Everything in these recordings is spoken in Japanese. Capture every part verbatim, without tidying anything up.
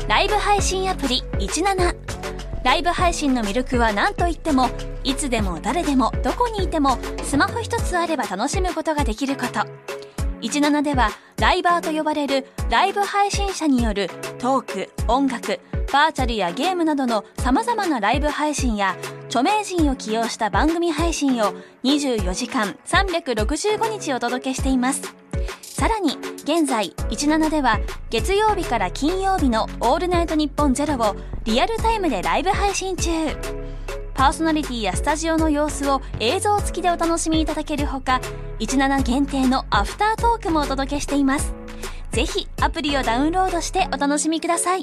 ライブ配信アプリいちなな。ライブ配信の魅力は何といっても、いつでも誰でもどこにいてもスマホ一つあれば楽しむことができること。いちななではライバーと呼ばれるライブ配信者によるトーク、音楽、バーチャルやゲームなどの様々なライブ配信や、著名人を起用した番組配信をにじゅうよじかんさんびゃくろくじゅうごにちお届けしています。さらに現在いちななでは月曜日から金曜日のオールナイトニッポンゼロをリアルタイムでライブ配信中。パーソナリティやスタジオの様子を映像付きでお楽しみいただけるほか、いちなな限定のアフタートークもお届けしています。ぜひアプリをダウンロードしてお楽しみください。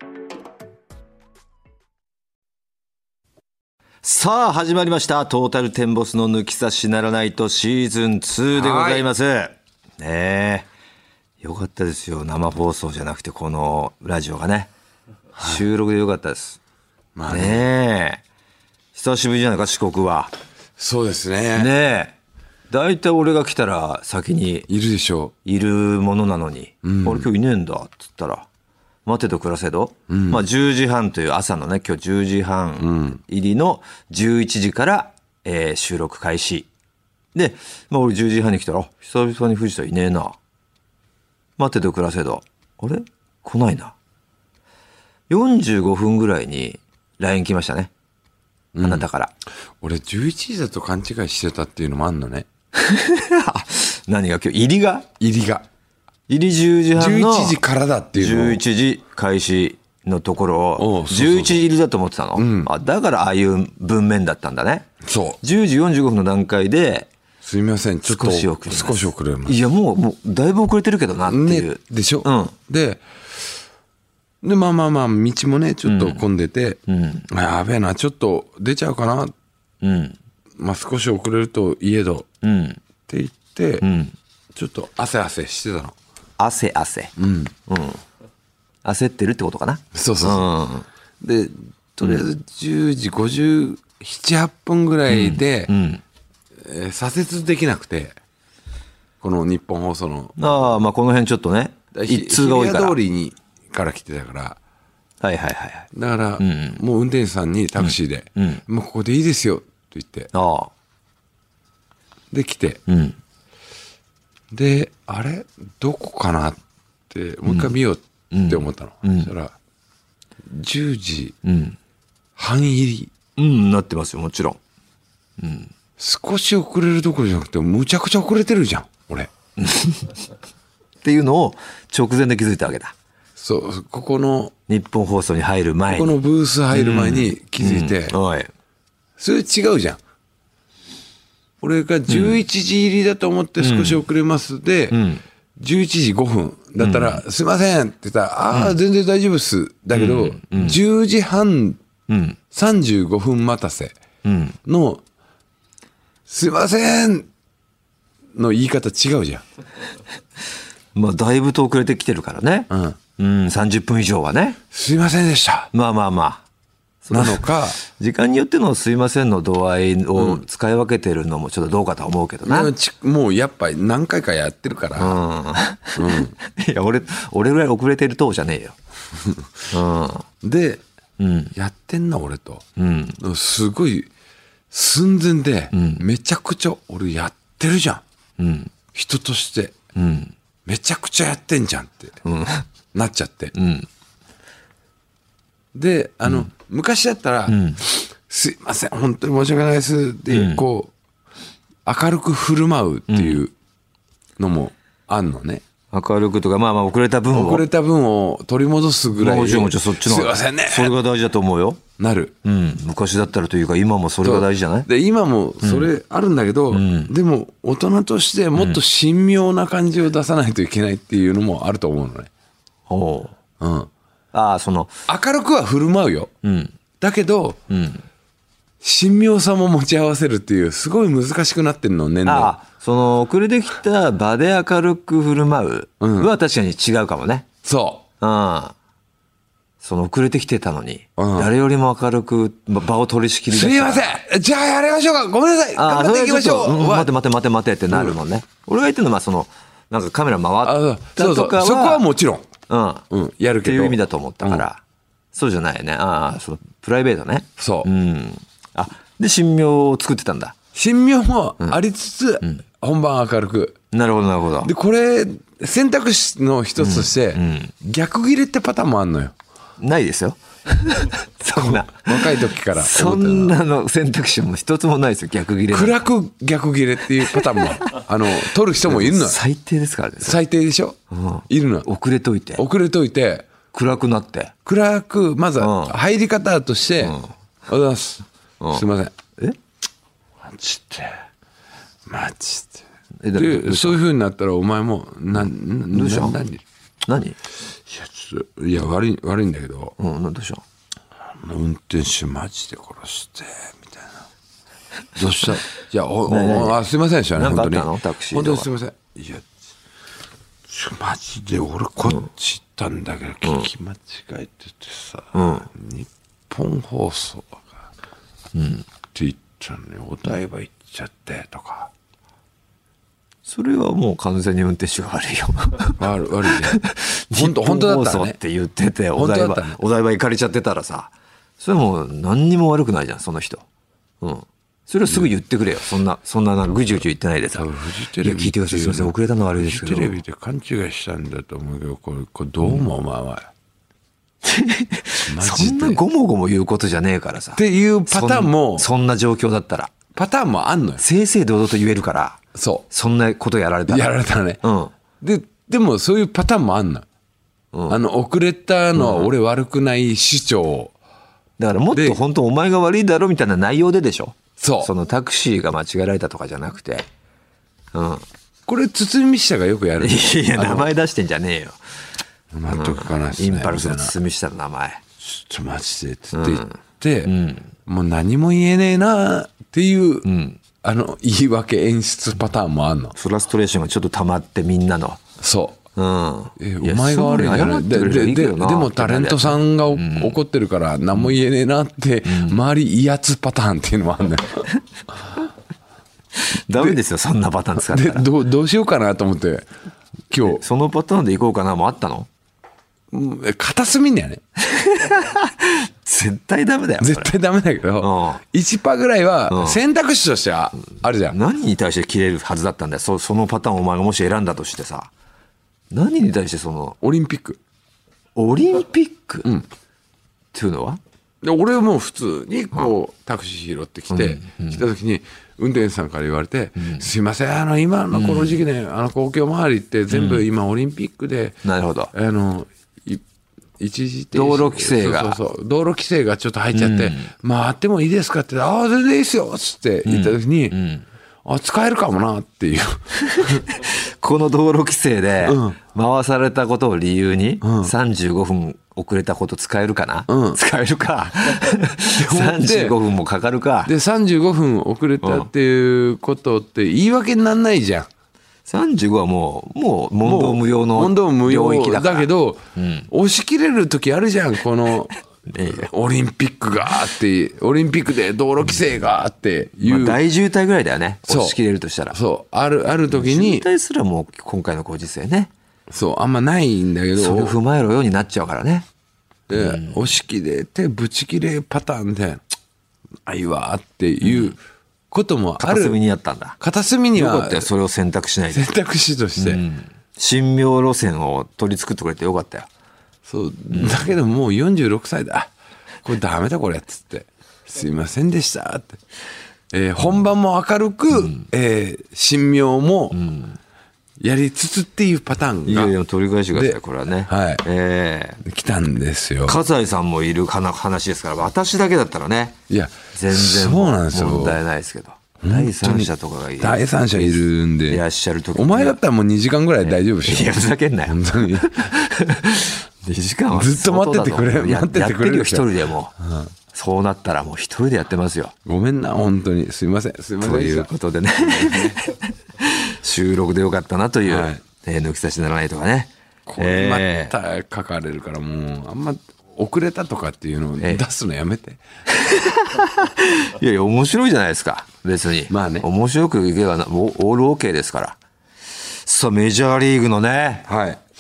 さあ始まりました、トータルテンボスの抜き差しならないとシーズンツーでございます。ねえ、よかったですよ、生放送じゃなくてこのラジオがね、はい、収録でよかったです。まあね、ねえ、久しぶりじゃないか、四国は。 そうですね。 ねえ、だいたい俺が来たら先にいるでしょう、 いるものなのに、うん、俺今日いねえんだっつったら、待てと暮らせど、うん、まあじゅうじはんという朝のね、今日じゅうじはん入りのじゅういちじから、えー、収録開始で、まあ俺じゅうじはんに来たら、久々に藤田いねえな、待てと暮らせど、あれ来ないな。よんじゅうごふんぐらいに ライン 来ましたね、あなたから、 うん、俺じゅういちじだと勘違いしてたっていうのもあんのね何が今日入りが入りが入りじゅうじはんのじゅういちじからだっていうのじゅういちじ開始のところをじゅういちじ入りだと思ってたの、うん、あ、だからああいう文面だったんだね。 そうじゅうじよんじゅうごふんの段階で、 すみませんちょっと少し遅れます、 少し遅れます。 いやもう、もうだいぶ遅れてるけどなっていう、ね、 でしょ、 うん、 ででまあまあまあ道もねちょっと混んでて、うんうん、やべえな、ちょっと出ちゃうかな、うん、まあ少し遅れるといえど、うん、って言って、うん、ちょっと汗汗してたの。 汗汗、うんうん、焦ってるってことかな。 そうそうそう、うん、でとりあえずじゅうじごじゅうなな、はっぷんぐらいで、うんうんえー、左折できなくて、この日本放送のああ、まあこの辺ちょっとね一通が多いから、日比谷通りにから来てたから、 はいはいはい、 だから、うん、もう運転手さんにタクシーで、うん、もうここでいいですよと言って、ああで来て、うん、であれどこかなってもう一回見ようって思ったの、うんうん、そしたらじゅうじはん入り、 うん、なってますよもちろん、 うん、少し遅れるどころじゃなくてむちゃくちゃ遅れてるじゃん俺っていうのを直前で気づいたわけだ。 そう、ここの日本放送に入る前に、 ここのブース入る前に気づいて、うんうん、おいそれ違うじゃん。俺がじゅういちじ入りだと思って少し遅れますで、うん、じゅういちじごふんだったら、うん、すいませんって言ったら、ああ、全然大丈夫っす。だけど、うん、じゅうじはん、うん、さんじゅうごふん待たせの、うん、すいませんの言い方違うじゃん。 まあ、だいぶと遅れてきてるからね。うんうん、さんじゅっぷん以上はね。 すいませんでした。 まあまあまあ。 なのか。 時間によってのすいませんの度合いを使い分けてるのもちょっとどうかとは思うけどな。 うん、もうやっぱり何回かやってるから。うんうん、いや俺、俺ぐらい遅れてるとじゃねえよ。うん、で、うん、やってんな俺と。うん、すごい寸前で、うん、めちゃくちゃ俺やってるじゃん。うん、人として、うん。めちゃくちゃやってんじゃんって。うんなっちゃって、うん、であの、うん、昔だったら、うん、すいません本当に申し訳ないですって、うん、こう明るく振る舞うっていうのもあんのね。 明るくとか、まあまあ遅れた分を遅れた分を取り戻すぐらいで、 もちろんもちろんそっちのすいませんねそれが大事だと思うよ。 なる、 うん、昔だったらというか今もそれが大事じゃない。 で今もそれあるんだけど、うん、でも大人としてもっと神妙な感じを出さないといけないっていうのもあると思うのね。おう、うん、ああその明るくは振る舞うよ、うん、だけど、うん、神妙さも持ち合わせるっていうすごい難しくなってんの年々。 ああその遅れてきた場で明るく振る舞うは確かに違うかもね、 うん、そう、うん、 その遅れてきてたのに、うん、誰よりも明るく場を取り仕切り出した。 すみませんじゃあやりましょうかごめんなさい頑張っていきましょう、 うん、待て待て待て待てってなるもんね、うん、俺が言ってるのはそのなんかカメラ回ったとかはそうそうそこはもちろんうんうん、やるけどっていう意味だと思ったから、うん、そうじゃないよね。ああ、そのプライベートね。 そう、 うん、あで神妙を作ってたんだ。 神妙もありつつ、うん、本番明るく。 なるほどなるほど。 でこれ選択肢の一つとして、うんうん、逆ギレってパターンもあんのよ。 ないですよそんな若い時からそんなの選択肢も一つもないですよ。逆ギレ暗く逆ギレっていうパターンもあの取る人もいるのよ。 最低ですからね。 最低でしょ、うん、いるの。 遅れといて遅れといて暗くなって暗くまずは入り方として、うん、おはようございます、うん、すいませんえマジでマジででそういう風になったらお前もなどうしたの何何いやちょっといや悪い悪いんだけど、 うん、何どうしたの運転手マジで殺してみたいな。どうしたいやおおあすいませんでしたね。 何かあったのタクシー本当にすいません。いやマジで俺こっち行ったんだけど、うん、聞き間違えててさ、うん、日本放送が、うん、って言ったのにお台場行っちゃってとか。 それはもう完全に運転手が悪いよ悪い悪いね。本当本当だったらねって言っててお台場、ね、お台場行かれちゃってたらさ、それはもう何にも悪くないじゃんその人。うん。それをすぐ言ってくれよ。そんなそんななんかぐじゅぐじゅ言ってないでさ。 フジテレビ聞いてください。すみません遅れたのは悪いですけど。 フジテレビで勘違いしたんだと思うけどこれこれどうもお前は。 そんなごもごも言うことじゃねえからさ。 っていうパターンもそ, そんな状況だったらパターンもあんのよ。 正々堂々と言えるから。 そうそんなことやられたらやられたらね、 うん、 ででもそういうパターンもあんの、うん、あの遅れたのは俺悪くない市長、 だからもっと本当お前が悪いだろみたいな内容ででしょ。 そうそのタクシーが間違えられたとかじゃなくて、うん、 これ堤下がよくやる。 いや名前出してんじゃねえよ。 納得かな、 インパルスの堤下の名前ちょっとマジでって言って、うんうん、もう何も言えねえなっていう、うんあの言い訳演出パターンもあんの。 フラストレーションがちょっと溜まってみんなのそう、うん、えお前が悪いんじゃないで, で, で, でもタレントさんが、うん、怒ってるから何も言えねえなって、うん、周り威圧パターンっていうのもあんのよダメですよそんなパターン使ったら。 で ど, どうしようかなと思って今日そのパターンでいこうかなもあったの。 片隅にはね絶対ダメだよ。 絶対ダメだけど、うん、いちパーセントぐらいは選択肢としてはあるじゃん。 何に対して切れるはずだったんだよ。 そ, そのパターンをお前がもし選んだとしてさ、何に対してそのオリンピックオリンピック、 うん、 っていうのはで俺はもう普通にこうタクシー拾ってきて、うんうん、来た時に運転手さんから言われて、うん、すいませんあの今のこの時期ね、うん、あの公共周りって全部今オリンピックで、 うん、なるほどあの一時停止道路規制がそうそうそう道路規制がちょっと入っちゃって、うん、回ってもいいですかって、ああ全然いいっすよっつって言った時に、うんうん、あ使えるかもなっていうこの道路規制で回されたことを理由にさんじゅうごふん遅れたこと使えるかな、うん、使えるかさんじゅうごふんもかかるかでさんじゅうごふん遅れたっていうことって言い訳にならないじゃん。 さんじゅうごはもうもう問答無用の領域だから。 だけど、うん、押し切れる時あるじゃんこのオリンピックがあってオリンピックで道路規制があっていう、 まあ、大渋滞ぐらいだよね押し切れるとしたら。 そうあるある時に渋滞すらもう今回のご時世ねそうあんまないんだけどそれを踏まえろようになっちゃうからね。 で、うん、押し切れてブチ切れパターンであいわっていうこともある。 片隅にあったんだ。 片隅にはよかったよそれを選択しないで。 選択肢として、うん、 神妙路線を取り作ってくれてよかったよ。 そう、うん、だけどもうよんじゅうろくさいだこれダメだこれっつってすいませんでしたって、えー、本番も明るく、うんえー、神妙もやりつつっていうパターンが、 いやいや取り返してくださいこれはね、 はいえー、来たんですよ。 葛西さんもいる話ですから私だけだったらねいや全然問題ないですけど第三者とかがいる第三者いるんでいらっしゃる時お前だったらもうにじかんぐらい大丈夫しよ、 いやふざけんなよ本当ににじかんはずっと待っててくれ待っててくれるよ一人でも、うん、そうなったらもう一人でやってますよ。 ごめんな本当にすいませんすいませんということでね収録でよかったなという、はいえー、抜き差しならないとかねこれまた書かれるからもうあんま遅れたとかっていうのを出すのやめて、 えー、いやいや面白いじゃないですか別に、まあね、面白くいけばオールオーケーですから。さあメジャーリーグのね、 はい、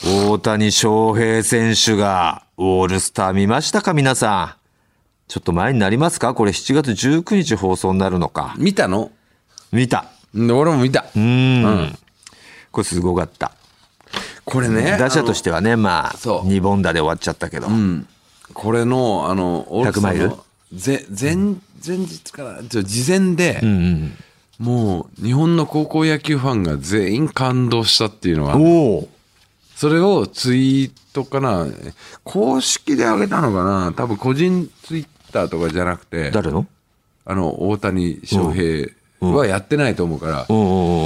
大谷翔平選手がオールスター見ましたか皆さん。ちょっと前になりますか？これしちがつじゅうくにち放送になるのか。 見たの？ 見た。 俺も見た。 うん、うん、これすごかった。 これね、 打者としてはね、まあにぼん打で終わっちゃったけど、うん、 これのあのオールスターの前前前日から事前で、うんうん、もう日本の高校野球ファンが全員感動したっていうのが、おそれをツイートかな、公式で上げたのかな、多分個人ツイッターとかじゃなくて、 誰の？ あの大谷翔平はやってないと思うから、うん、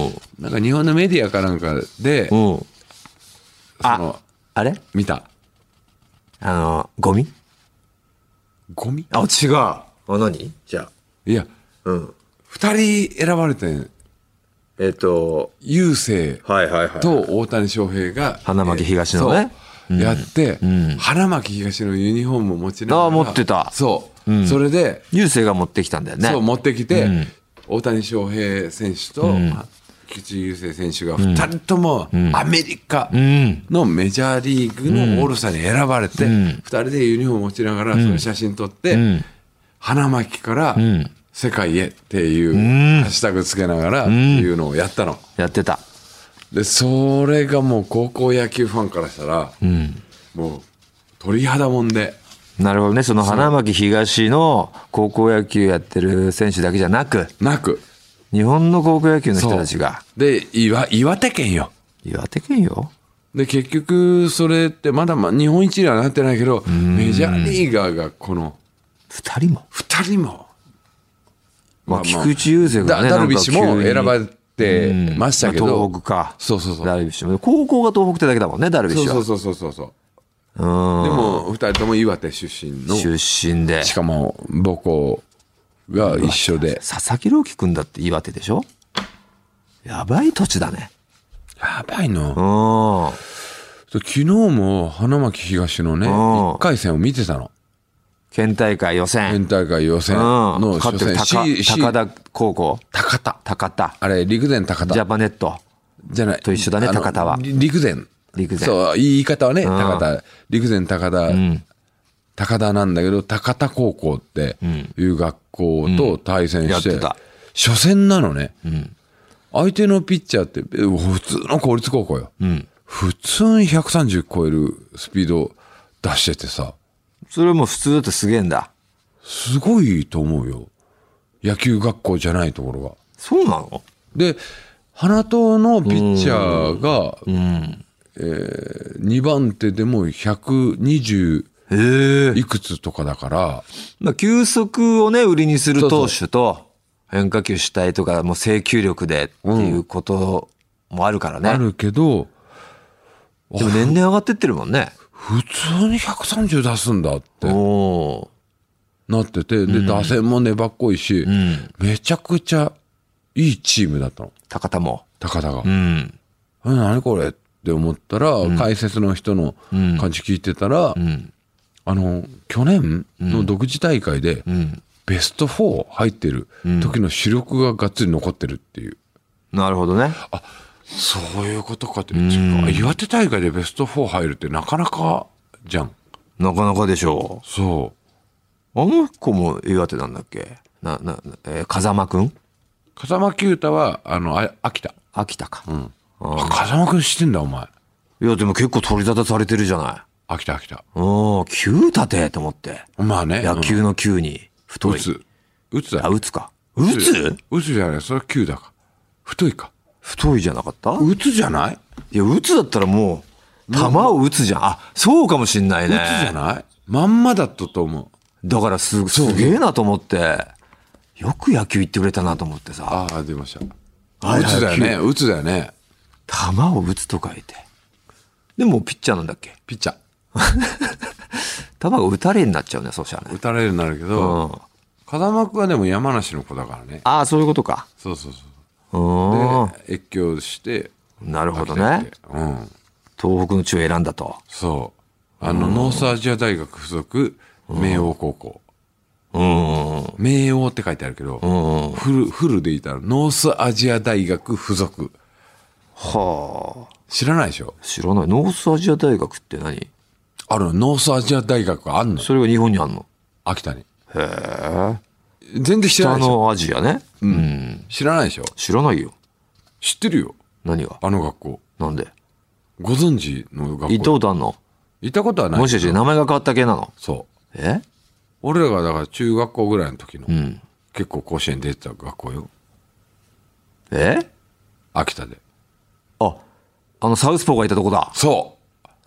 なんか日本のメディアかなんかで、うん、 その あ, あれ見たあのゴミゴミあ違うあ何じゃあいや、うん、ふたり選ばれてんえっ、ー、と雄星と大谷翔平が花巻東のね、 えー、やって、うん、花巻東のユニフォームを持ちながらあ持ってたそう、うん、それで雄星が持ってきたんだよねそう持ってきて、うん、大谷翔平選手と、うん菊池雄星選手がふたりともアメリカのメジャーリーグのオールスターに選ばれてふたりでユニフォーム持ちながらその写真撮って花巻から世界へっていうハッシュタグつけながらっていうのをやったのやってたでそれがもう高校野球ファンからしたらもう鳥肌もんでなるほどねその花巻東の高校野球やってる選手だけじゃなくなく日本の高校野球の人たちがで 岩, 岩手県よ岩手県よで結局それってまだま日本一にはなってないけどメジャーリーガーがこのふたりもふたりも、 まあ、菊池雄星がねダルビッシュも選ばれてましたけど、 まあ、東北かそうそうそうダルビッシュも高校が東北ってだけだもんねダルビッシュはそうそうそうそうそうでもふたりとも岩手出身の出身でしかも母校が一緒で佐々木朗希君だって岩手でしょやばい土地だねやばいの昨日も花巻東のねいっかい戦を見てたの県大会予選県大会予選の初戦高田高校高田高田あれ陸前高田ジャパネットじゃないと一緒だね高田は陸前陸前そう言い方はね高田陸前高田、うん高田なんだけど高田高校っていう学校と対戦して、うんうん、初戦なのね、うん、相手のピッチャーって普通の公立高校よ、うん、普通にひゃくさんじゅう超えるスピード出しててさそれも普通だとすげえんだすごいと思うよ野球学校じゃないところがそうなので花党のピッチャーが、うんえー、にばん手でもひゃくにじゅういくつとかだから、 まあ、球速をね売りにする投手と変化球主体とかもう制球力でっていうこともあるからね、うん、 あるけどでも年々上がってってるもんね普通にひゃくさんじゅう出すんだってなっててで、うん、打線も粘っこいし、うん、めちゃくちゃいいチームだったの高田も高田が、うん、何これって思ったら、うん、解説の人の感じ聞いてたら、うんあの去年の独自大会でベストフォー入ってる時の主力ががっつり残ってるっていう、 うん、なるほどねあそういうことかって、うん、岩手大会でベストフォー入るってなかなかじゃんなかなかでしょうそうあの子も岩手なんだっけなな、えー、風間くん風間球太はあのあ秋田秋田か、うん、 あ風間くん知ってんだお前いやでも結構取り立てされてるじゃない秋田秋田おー球立てと思ってまあね野球の球に太い打つ打つだあ打つか打つ打つじゃないそれは球だか太いか太いじゃなかった打つじゃないいや打つだったらもう球を打つじゃんあそうかもしんないね打つじゃないまんまだったと思うだからすすげえなと思ってよく野球行ってくれたなと思ってさああ出ました打つだよね打つだよね球を打つと書いてでもピッチャーなんだっけピッチャー球が打たれになっちゃうねそうしたらね打たれるになるけど、うん、風間君はでも山梨の子だからねああそういうことかそうそうそうで越境してなるほどね、うん、東北の地を選んだとそうあの、うん、ノースアジア大学附属明桜高校、うん、明桜って書いてあるけど、うん、フルフルでいたらノースアジア大学附属はあ。 知らないでしょ。 知らない。ノースアジア大学って何？ あるの。ノースアジア大学があんの。 それが日本にあんの？ 秋田に。 へえ。 全然知らないでしょ。 北のアジアね。 うん。うん、知らないでしょ。 知らないよ。 知ってるよ。 何が？ あの学校。 なんで？ ご存知の学校。 行ったことあんの？ 行ったことはない。 もしかして名前が変わった系なの？ そう。 え？ 俺らがだから中学校ぐらいの時の、 うん、 結構甲子園出てた学校よ。 え？ 秋田で。 あ、あのサウスポーがいたとこだ。 そう。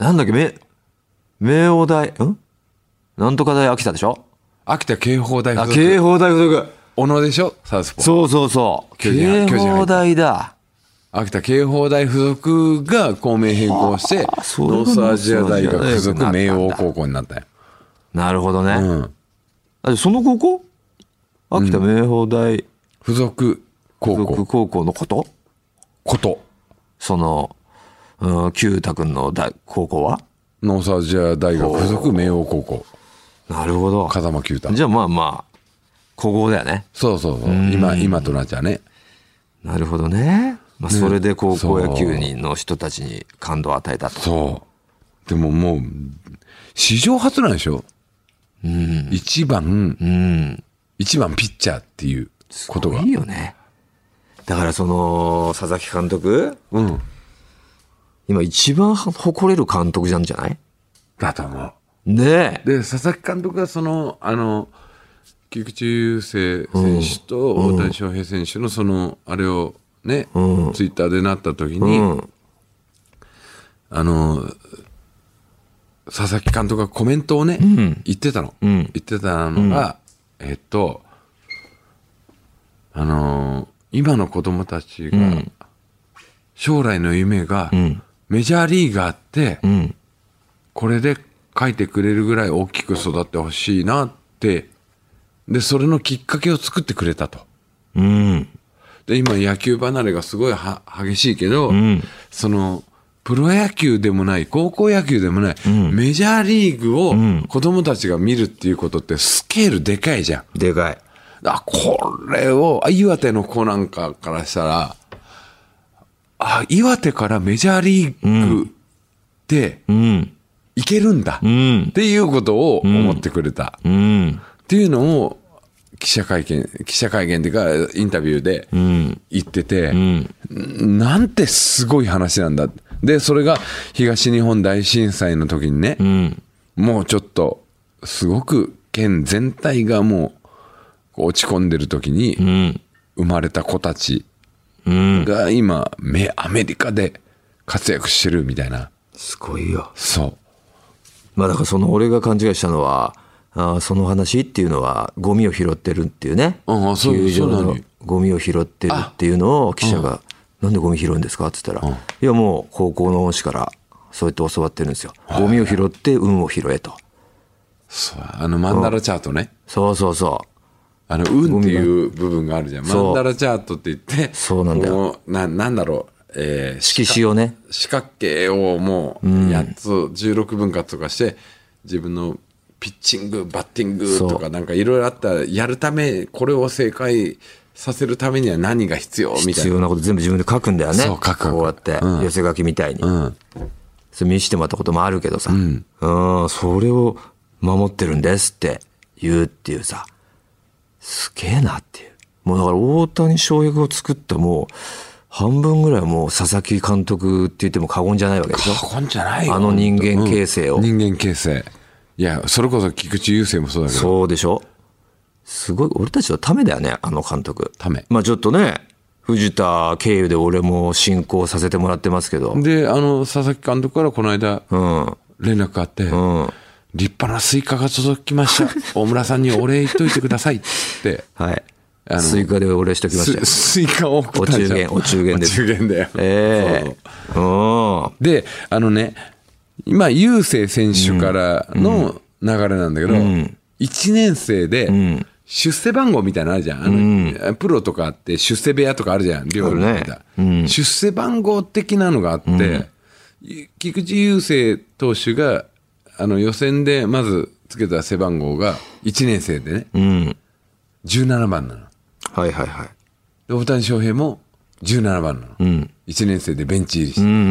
なんだっけ、め、明王大、んなんとか大秋田でしょ？ 秋田警報大附属。 あ、警報大附属。 小野でしょ、サウスポー。 そうそうそう。警報大だ。 秋田警報大附属が校名変更して、ノースアジア大学附属明王高校になったよ。 なるほどね。 うん。 あ、その高校？秋田明報大附属高校。 附属高校のことこと。 その、うん、九太くんの大高校はノースアジア大学附属明王高校。 なるほど。 風間九太。 じゃあまあまあ、古豪だよね。 そうそうそう。今、今となっちゃね。 なるほどね。まあ、それで高校野球にの人たちに感動を与えたと。 そう。でももう、史上初なんでしょ？うん。一番、うん。一番ピッチャーっていうことが。 いいよね。だからその、佐々木監督？ うん。 今一番誇れる監督じゃんじゃない？ だと思う。 ねえ。 で、佐々木監督がその、あの、菊池雄星選手と大谷翔平選手のその、あれをね、うん、ツイッターでなった時に、うん、あの、佐々木監督がコメントをね、うん、言ってたの。うん、言ってたのが、うん、えっと、あの、今の子供たちが、将来の夢が、メジャーリーガーって、うん、これで書いてくれるぐらい大きく育ってほしいなって、で、それのきっかけを作ってくれたと。うん、で、今野球離れがすごいは激しいけど、うん、その、プロ野球でもない、高校野球でもない、うん、メジャーリーグを子供たちが見るっていうことってスケールでかいじゃん。 でかい。 あ、これを、岩手の子なんかからしたら、あ、岩手からメジャーリーグで、いけるんだ、うん、っていうことを思ってくれた。うんうん、っていうのを、記者会見、記者会見っていうか、インタビューで言ってて、うんうん、なんてすごい話なんだ。で、それが東日本大震災の時にね、うん、もうちょっと、すごく県全体がもう落ち込んでる時に、生まれた子たちが今、アメリカで活躍してるみたいな。 すごいよ。 そう。 まあだからその俺が勘違いしたのは、あその話っていうのはゴミを拾ってるっていうね、 ああそう球場のゴミを拾ってるっていうのを記者がなんでゴミ拾うんですかって言ったら、いやもう高校の恩師からそうやって教わってるんですよ。ゴミを拾って運を拾えと。 そう、あのマンダラチャートね。 そうそうそう。 あの運っていう部分があるじゃん。マンダラチャートって言って、 そうなんだよ。 な、なんだろう、えー、 色紙をね、 四角形をもうやっつ、じゅうろくぶん割とかして自分のピッチング、バッティングとかなんかいろいろあったらやるため、これを正解させるためには何が必要みたいな。 必要なこと全部自分で書くんだよね。 そう、書く。 こうやって、うん、寄せ書きみたいに。うん、それ見せてもらったこともあるけどさ、うん、うんそれを守ってるんですって言うっていうさ、すげえなっていう。もうだから大谷翔平を作ったもう、半分ぐらいはもう佐々木監督って言っても過言じゃないわけでしょ。 過言じゃないよ。 あの人間形成を。 うん、人間形成。いや、それこそ菊池雄星もそうだけど。 そうでしょ。すごい、俺たちのためだよね、あの監督。 ため。 まあちょっとね、藤田経由で俺も進行させてもらってますけど。 で、あの、佐々木監督からこの間、うん、連絡があって、うん、立派なスイカが届きました。大村さんにお礼言っといてくださいって。 はい。あのスイカでお礼しときましたよ。 スイカを送ったんですよ。 お中元です。 お中元だよ。 ええー。 で、あのね、今、雄星選手からの流れなんだけど、うん、いちねん生で出世番号みたいなのあるじゃん。あの、うん、プロとかあって出世部屋とかあるじゃん。寮みたいな、うん。出世番号的なのがあって、うん、菊池雄星投手があの予選でまずつけた背番号がいちねん生でね、うん、じゅうななばんなの。 はいはいはい。 で大谷翔平もじゅうななばんなの。うん、 いちねん生でベンチ入りして、 うんうんうん、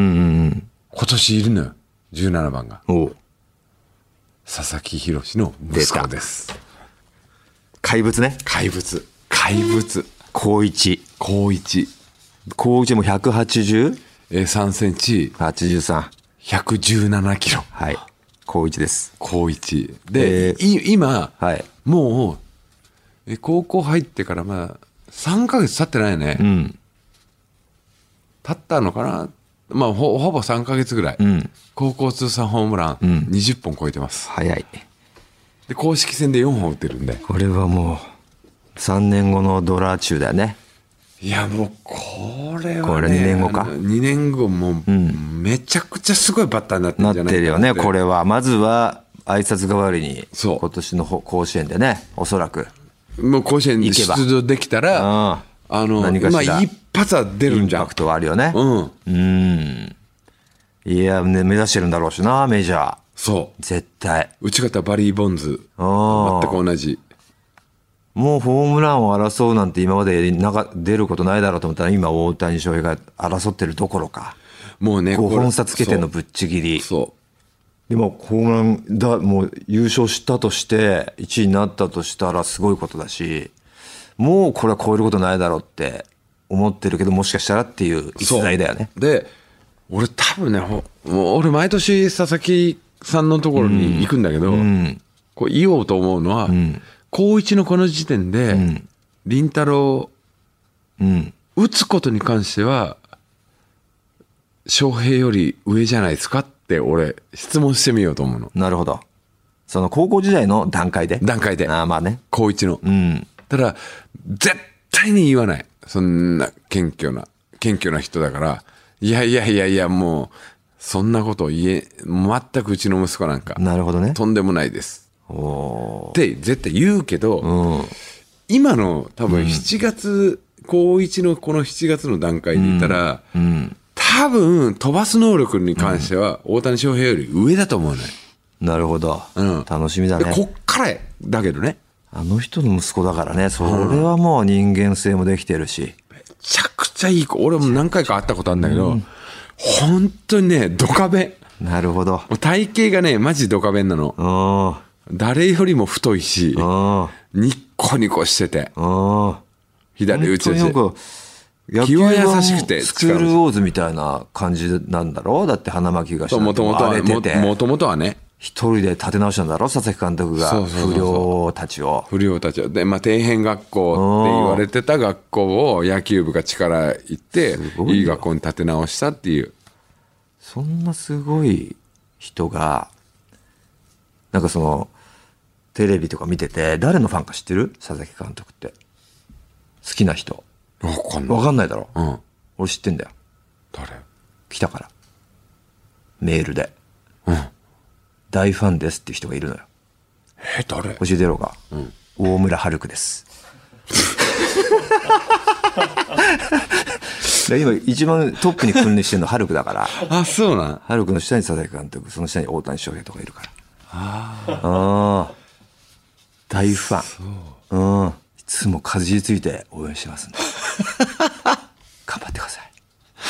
今年いるのよじゅうななばんが。 お佐々木宏の息子です。 怪物ね。 怪物怪物高一高一高一もひゃくはちじゅうさんセンチはちじゅうさんひゃくじゅうななキロ。 はい高一です。 高一で、えー、今、はい、もうえ高校入ってからまあさんかげつ経ってないね、うん、経ったのかな。まあ ほ, ほぼさんかげつぐらい、うん、高校通算ホームランにじゅっぽん超えてます、 うん、早い。 で公式戦でよんほん打ってるんで、 これはもうさんねんごのドラ中だよね。 いやもうこれはね、 これにねんごかにねんごもめちゃくちゃすごいバッターになってるんじゃないかなって。 なってるよね。これはまずは挨拶代わりに今年の甲子園でね、おそらくもう甲子園に出場できたら、ああの何かしら、まあ、一発は出るんじゃん。 インパクトはあるよね。うん、うんいや、ね、目指してるんだろうしな、メジャー。 そう絶対打ち方バリー・ボンズ全く同じ。 もうホームランを争うなんて今までなんか出ることないだろうと思ったら、今大谷翔平が争ってるどころか、もうねごほん差つけてのぶっちぎり。そうでもホームランだ、もう優勝したとしていちいになったとしたらすごいことだし、もうこれは超えることないだろうって思ってるけど、もしかしたらっていう逸材だよね。 で俺多分ね、もう俺毎年佐々木さんのところに行くんだけど、うん、こう言おうと思うのは、うん、高一のこの時点で、うん、凛太郎、うん、打つことに関しては翔平より上じゃないですかって俺質問してみようと思うの。 なるほど。その高校時代の段階で段階であまあね高一の、うん、ただ絶対に言わない。そんな謙虚な謙虚な人だから、いやいやいやいやもうそんなことを言え全くうちの息子なんかなるほどね、 とんでもないですって絶対言うけど、うん、今の多分しちがつ、うん、高いちのこのしちがつの段階でいたら、うんうん、多分飛ばす能力に関しては大谷翔平より上だと思うね。 なるほど、うん、楽しみだね。 こっからだけどね、 あの人の息子だからね、それはもう人間性もできてるし、 めちゃくちゃいい子。俺も何回か会ったことあるんだけど、うん、本当にねドカベン。 なるほど。 体型がねマジドカベンなの。誰よりも太いし、ニッコニコしてて、左打ち出して気は優しくて、 スクールウォーズみたいな感じなんだろう。だって花巻東もともとはもともとはね一人で立て直したんだろ佐々木監督が。不良たちを不良たちをで、まあ、底辺学校って言われてた学校を野球部が力いっていい学校に立て直したっていう。 そんなすごい人がなんかそのテレビとか見てて、誰のファンか知ってる？佐々木監督って好きな人。 分かんない。 分かんないだろ、うん、俺知ってんだよ。 誰？ 来たからメールで、うん、大ファンですっていう人がいるのよ。 え誰？ 教えてやろうか、うん、大村春樹です。今一番トップに君臨してるの春樹だから。 あ、そうなん。 春樹の下に佐々木監督、その下に大谷翔平とかいるから。 ああ、大ファン。うん、いつもかじりついて応援してますんで頑張ってください。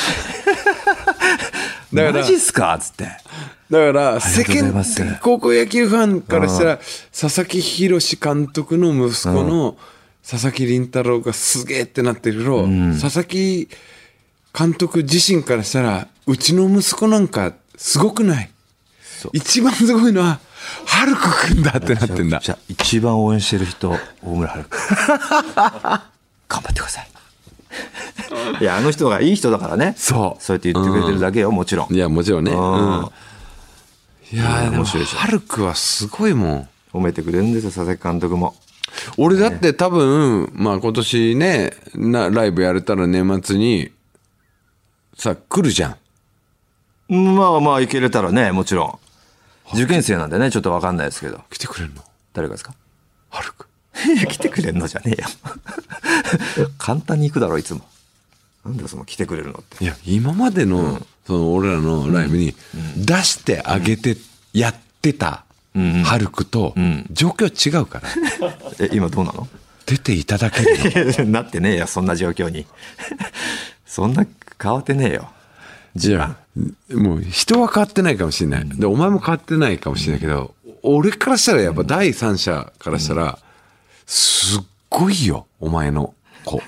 だからマジっすかっつって。 だから世間高校野球ファンからしたら佐々木宏監督の息子の佐々木麟太郎がすげえってなってるけど、うん、佐々木監督自身からしたらうちの息子なんかすごくない、一番すごいのは春子くんだってなってんだ。 じゃ一番応援してる人大村春子頑張ってください。いやあの人がいい人だからね。 そうそうやって言ってくれてるだけよ、うん、もちろん。 いやもちろんね、うん、いや面白いでしょ。春子はすごいもん。 褒めてくれるんですよ佐々木監督も。 俺だって多分、まあ、今年ねなライブやれたら年末にさ来るじゃん。まあまあ行けれたらね、もちろん受験生なんでねちょっと分かんないですけど。 来てくれるの？ 誰がですか？ 春子。 来てくれんのじゃねえよ。簡単に行くだろいつも。なんだその来てくれるのって。 いや今までの、うん、その俺らのライブに出してあげてやってた春子と状況違うから。 え今どうなの？ 出ていただけるのなってねえよ、そんな状況に。そんな変わってねえよ。 じゃあ、もう人は変わってないかもしれない。で、お前も変わってないかもしれないけど、俺からしたらやっぱ第三者からしたら、すっごいよ、お前の子。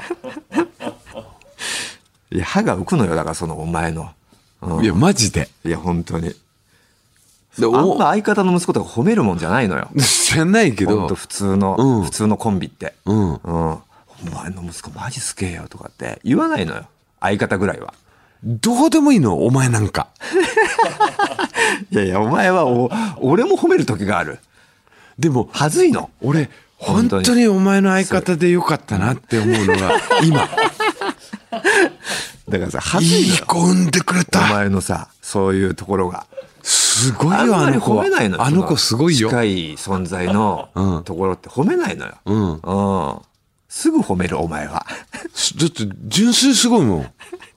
いや、歯が浮くのよ、だからそのお前の。 うん、いや、マジで。 いや、本当に。で、あんま相方の息子とか褒めるもんじゃないのよ。 じゃないけど。 ほんと普通の、うん、普通のコンビって。うん。うん。お前の息子マジすげえよとかって言わないのよ。相方ぐらいは。 どうでもいいの、お前なんか。 いやいや、お前はお、俺も褒める時がある。 でも、 はずいの。 俺、本当にお前の相方でよかったなって思うのが、今。 だからさ、はずいのよ。 いい子産んでくれた。 お前のさ、そういうところが。 すごいよ、あの子は。あの子すごいよ。 近い存在のところって褒めないのよ。うん。うん。すぐ褒める、お前は。 だって、純粋すごいもん。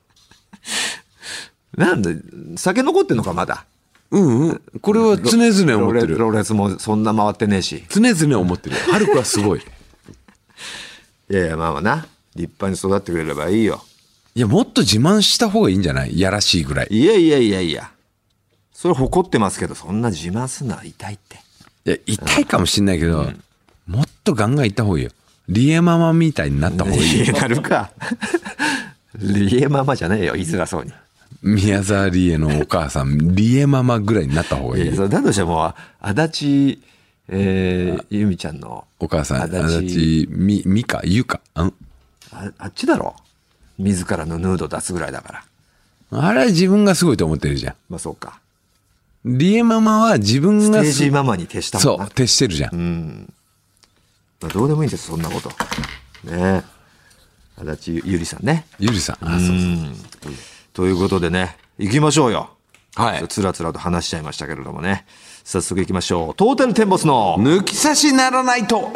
なんで、酒残ってんのか、まだ。 うんうん。これは常々思ってる。 ロレスもそんな回ってねえし。 常々思ってる。春子はすごい。 いやいや、まあまあな。立派に育ってくれればいいよ。 いや、もっと自慢した方がいいんじゃない？いやらしいぐらい。 いやいやいやいや。それ誇ってますけど、そんな自慢すんのは痛いって。 いや、痛いかもしんないけど、うん、もっとガンガンいった方がいいよ。リエママみたいになった方がいいよ。 なるか。リエママじゃねえよ、言いづらそうに。 宮沢リエのお母さん、リエママぐらいになった方がいい。いや、 だとしても、足立、えー、由美ちゃんの。 お母さん、足立、み、みか、ゆか。うん。 あ、あっちだろ。自らのヌード出すぐらいだから。 あれは自分がすごいと思ってるじゃん。 まあそうか。 リエママは自分がステージママに徹したもんな。 そう、徹してるじゃん。うん。 まあ、どうでもいいんです、そんなこと。ねえ。足立ゆりさんね。 ゆりさん。あ、そうそう。 ということでね、行きましょうよ。 はい。 つらつらと話しちゃいましたけれどもね。早速行きましょう。トータルテンボスの抜き差しならないと。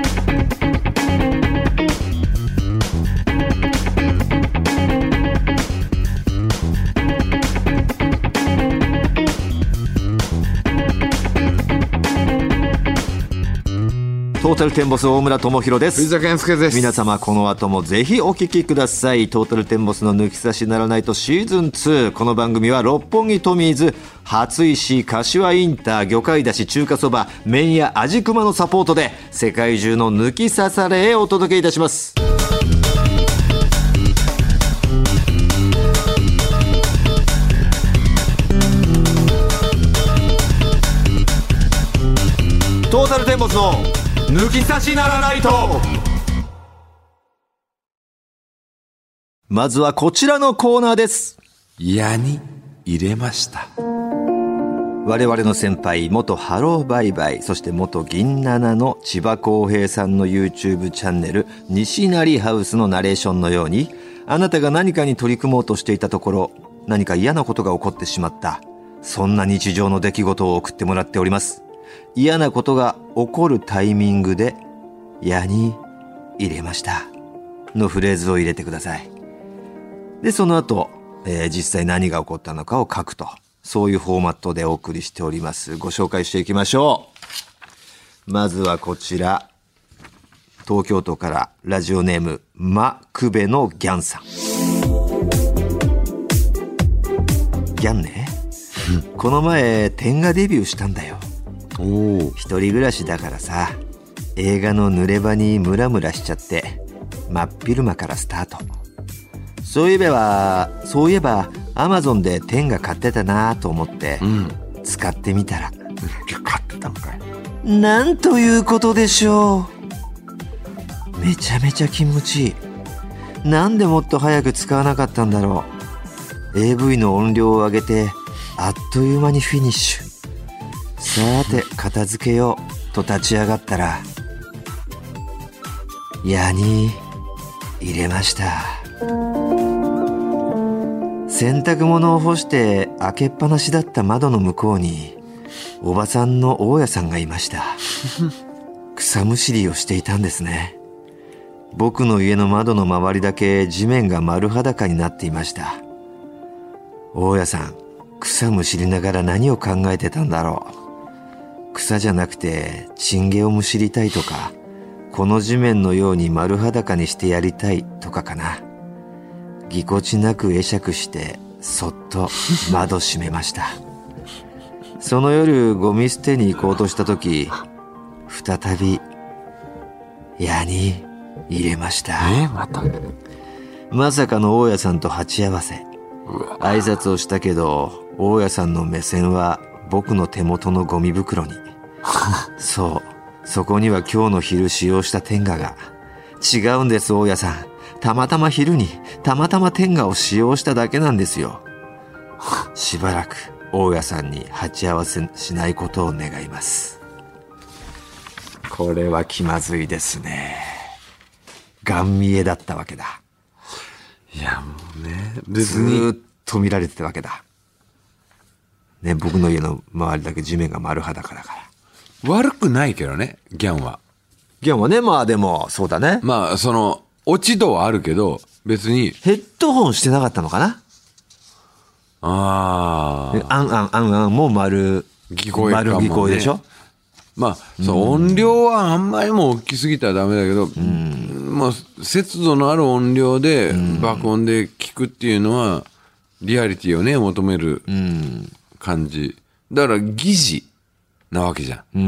トータルテンボス大村智弘です。 藤田健介です。 皆様この後もぜひお聞きください。トータルテンボスの抜き差しならないとシーズンツー。この番組は六本木トミーズ、初石、柏インター、魚介だし、中華そば、麺屋味熊のサポートで世界中の抜き差されへお届けいたします。トータルテンボスの抜き差しならないと。まずはこちらのコーナーです。 矢に入れました。 我々の先輩、元ハローバイバイ、そして元銀七の千葉公平さんの YouTube チャンネル西成ハウスのナレーションのように、あなたが何かに取り組もうとしていたところ、何か嫌なことが起こってしまった、そんな日常の出来事を送ってもらっております。嫌なことが起こるタイミングで矢に入れましたのフレーズを入れてください。でその後、えー、実際何が起こったのかを書くと、そういうフォーマットでお送りしております。ご紹介していきましょう。まずはこちら、東京都からラジオネームマクベのギャンさん。ギャンね、この前天がデビューしたんだよ。一人暮らしだからさ、映画の濡れ場にムラムラしちゃって真っ昼間からスタート。そういえばそういえばアマゾンで天が買ってたなと思って使ってみたら、うん、 買ってたのかい。 なんということでしょう。めちゃめちゃ気持ちいい。なんでもっと早く使わなかったんだろう。 エーブイ の音量を上げてあっという間にフィニッシュ。さて片付けようと立ち上がったら矢に入れました。洗濯物を干して開けっぱなしだった窓の向こうにおばさんの大家さんがいました。草むしりをしていたんですね。僕の家の窓の周りだけ地面が丸裸になっていました。大家さん、草むしりながら何を考えてたんだろう。草じゃなくてチンゲをむしりたいとか、 この地面のように丸裸にしてやりたいとかかな。ぎこちなく会釈してそっと窓閉めました。その夜ゴミ捨てに行こうとした時、再び矢に入れました。 えまたまさかの大家さんと鉢合わせ。挨拶をしたけど大家さんの目線は僕の手元のゴミ袋に。そうそこには今日の昼使用した天下が。違うんです大家さん、たまたま昼にたまたま天下を使用しただけなんですよ。しばらく大家さんに鉢合わせしないことを願います。これは気まずいですね。ガン見えだったわけだ。 いやもうね、別にずーっと見られてたわけだね。僕の家の周りだけ地面が丸裸だから。 悪くないけどね、ギャンは。 ギャンはね、まあでもそうだね。 まあその落ち度はあるけど別に。 ヘッドホンしてなかったのかな。 ああ。 あんあんあんあんも丸聞こえかもね。 丸聞こえでしょ。 まあ、そう、音量はあんまりも大きすぎたらダメだけど、うん、まあ、節度のある音量で、爆音で聞くっていうのは、リアリティをね、求める感じ。だから、疑似なわけじゃん。うん、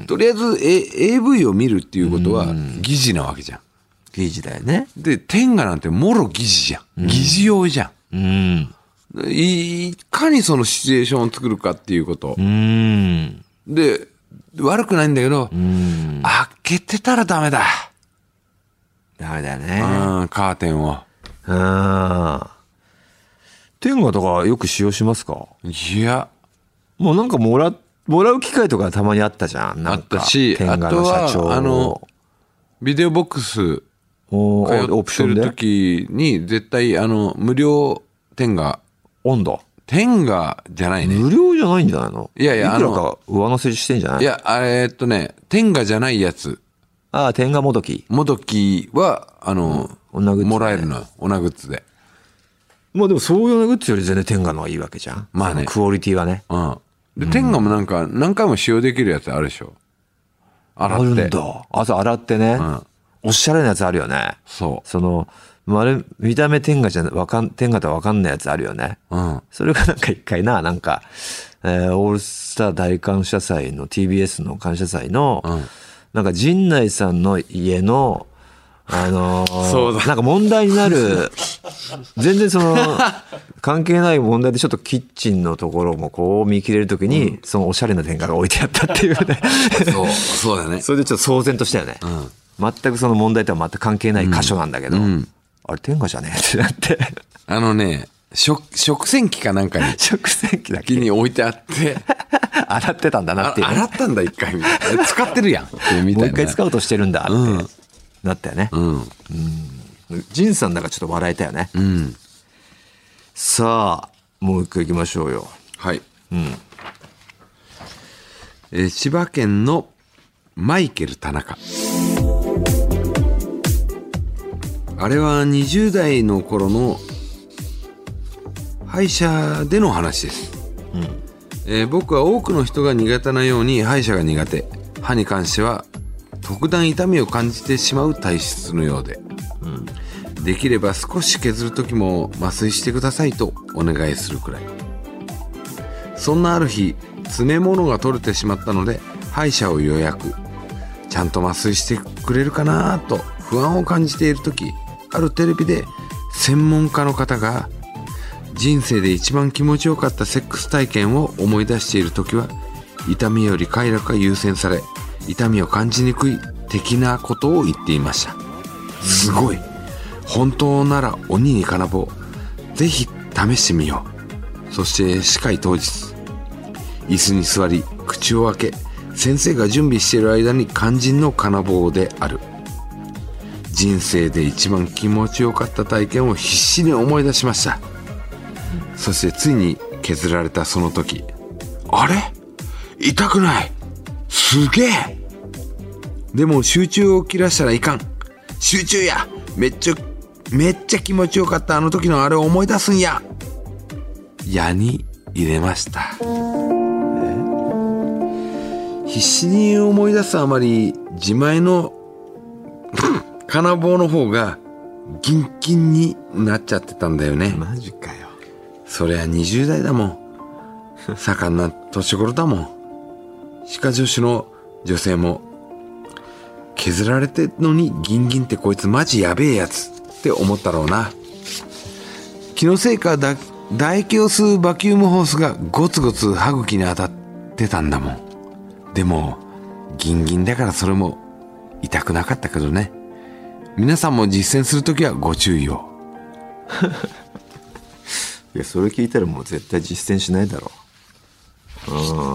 とりあえず、A、エーブイ を見るっていうことは、疑似なわけじゃん。 疑似だよね。 で、天下なんてもろ疑似じゃん。疑似用じゃん。うんいかにそのシチュエーションを作るかっていうこと。うんで、悪くないんだけど、開けてたらダメだ。 ダメだよね。 うん、カーテンを。 うん。天下とかよく使用しますか？ いや。 もうなんかもら、もらう機会とかたまにあったじゃん。なんかあったし、 天下の社長あとは、あの、ビデオボックス通ってる時に、絶対、あの、無料天下。 温度天下じゃないね。 無料じゃないんじゃないの？ いやいや、 いくらか上乗せしてんじゃない？ いや、あれ、えっとね、天下じゃないやつ。 ああ、天下もどき。 もどきは、あの、 うん、 もらえるのよ。オナグッズで。 まあでもそういうオナグッズより全然天下の方がいいわけじゃん。 まあね。 クオリティはね。 うん。で、天下もなんか、何回も使用できるやつあるでしょ。洗って。 あるんだ。あ、そう、洗ってね。うん。おしゃれなやつあるよね。 そう。 その、まる見た目天下じゃわかん天下とはわかんないやつあるよね。うん。それがなんか一回ななんか、えー、オールスター大感謝祭の ティービーエス の感謝祭の、うん、なんか陣内さんの家のあのー、そうだなんか問題になる全然その関係ない問題でちょっとキッチンのところもこう見切れるときに、うん、そのおしゃれな天下が置いてあったっていうね。 そうそうだね。 それでちょっと騒然としたよね。うん、全くその問題とは全く関係ない箇所なんだけど。うんうんあれ天下じゃねえってなってあのね食食洗機かなんかに食洗機だけに置いてあって洗ってたんだなっていう、ね、 洗ったんだ一回みたいな使ってるやんみたいなもう一回使おうとしてるんだって、うん、なったよねうん、うん、仁さんだからちょっと笑えたよね、うん、さあもう一回行きましょうよはい、うんえー、千葉県のマイケル田中あれはにじゅう代の頃の歯医者での話です、うんえー、僕は多くの人が苦手なように歯医者が苦手歯に関しては特段痛みを感じてしまう体質のようで、うん、できれば少し削る時も麻酔してくださいとお願いするくらいそんなある日詰め物が取れてしまったので歯医者を予約ちゃんと麻酔してくれるかなと不安を感じている時あるテレビで専門家の方が人生で一番気持ちよかったセックス体験を思い出している時は痛みより快楽が優先され痛みを感じにくい的なことを言っていましたすごい本当なら鬼に金棒ぜひ試してみようそして歯科医当日椅子に座り口を開け先生が準備している間に肝心の金棒である人生で一番気持ちよかった体験を必死に思い出しましたそしてついに削られたその時あれ痛くないすげえでも集中を切らしたらいかん集中やめっちゃめっちゃ気持ちよかったあの時のあれを思い出すんや矢に入れました必死に思い出すあまり自前の金棒の方がギンギンになっちゃってたんだよね。 マジかよ。 そりゃにじゅう代だもん。盛んな年頃だもん。歯科助手の女性も削られてんのにギンギンってこいつマジやべえやつって思ったろうな。気のせいかだ唾液を吸うバキュームホースがゴツゴツ歯茎に当たってたんだもん。でもギンギンだからそれも痛くなかったけどね。皆さんも実践するときはご注意を。 いや、それ聞いたらもう絶対実践しないだろう。うん。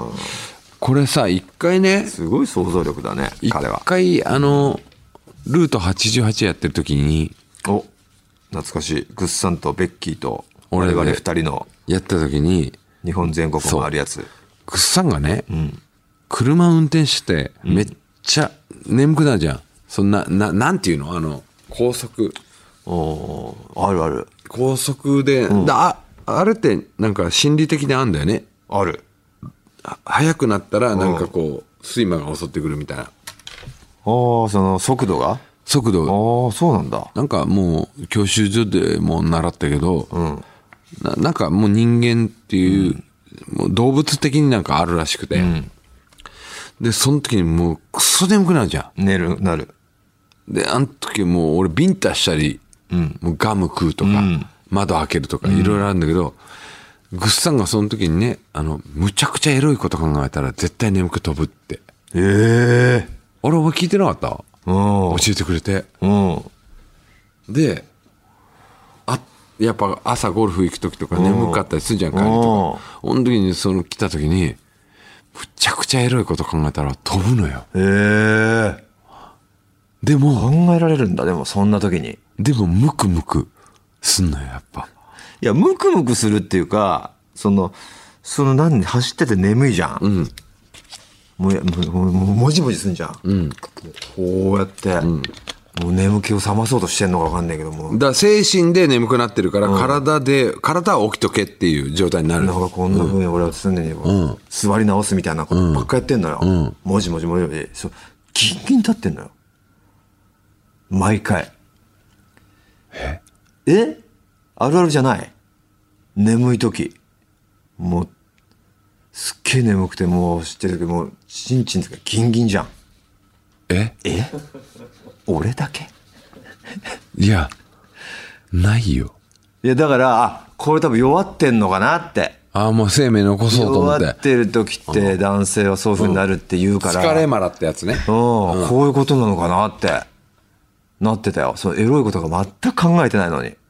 これさ、一回ね、 すごい想像力だね、彼は。 一回あのルートはちじゅうはちやってる時に、 お、懐かしい。グッさんとベッキーと我々二人のやった時に日本全国回るやつ。 グッさんがね、うん、車運転してめっちゃ眠くなるじゃん。そんな、な、なんていうのあの、高速。 おあるある。 高速で、うん、だあ、あれってなんか心理的にあるんだよね。 ある。 速くなったらなんかこう、睡魔が襲ってくるみたいな。ああ、 その速度が速度。 ああ、そうなんだ。 なんかもう、教習所でも習ったけど、うん、な, なんかもう人間っていう、うん、もう動物的になんかあるらしくて。うん、で、その時にもうクソ眠くなるじゃん。 寝る、なる。 で、あの時もう俺ビンタしたり、うん、もうガム食うとか、うん、窓開けるとかいろいろあるんだけど、うん、グッさんがその時にね、あの、むちゃくちゃエロいこと考えたら絶対眠く飛ぶって。 ええー。 あれお前聞いてなかった？教えてくれて。うん。で、あ、やっぱ朝ゴルフ行く時とか眠かったりするじゃん、帰りとか。その時にその来た時に、むちゃくちゃエロいこと考えたら飛ぶのよ。 へえー。 でも考えられるんだ。でもそんな時にでもムクムクすんのよやっぱ。 いやムクムクするっていうか、そのその何走ってて眠いじゃん、うん、もうもうもじもじすんじゃん、うん、こうやって、うん、もう眠気を覚まそうとしてんのか分かんないけども、 だから精神で眠くなってるから、うん、体で体は起きとけっていう状態になる。 なんかこんな風に俺は常に、うん、座り直すみたいなことばっかやってんのよ、うん、もじもじもじもじそうギンギン立ってんのよ毎回。 ええあるあるじゃない？眠い時もうすっげえ眠くてもう知ってるけどもうチンチンとかギンギンじゃん。 ええ俺だけ？ いやないよ。 いやだからあこれ多分弱ってんのかなって。 ああもう生命残そうと思って。 弱ってる時って男性はそういう風になるって言うから、 うん、疲れマラってやつね。 うん、うん、こういうことなのかなってなってたよ。そのエロいことが全く考えてないのに。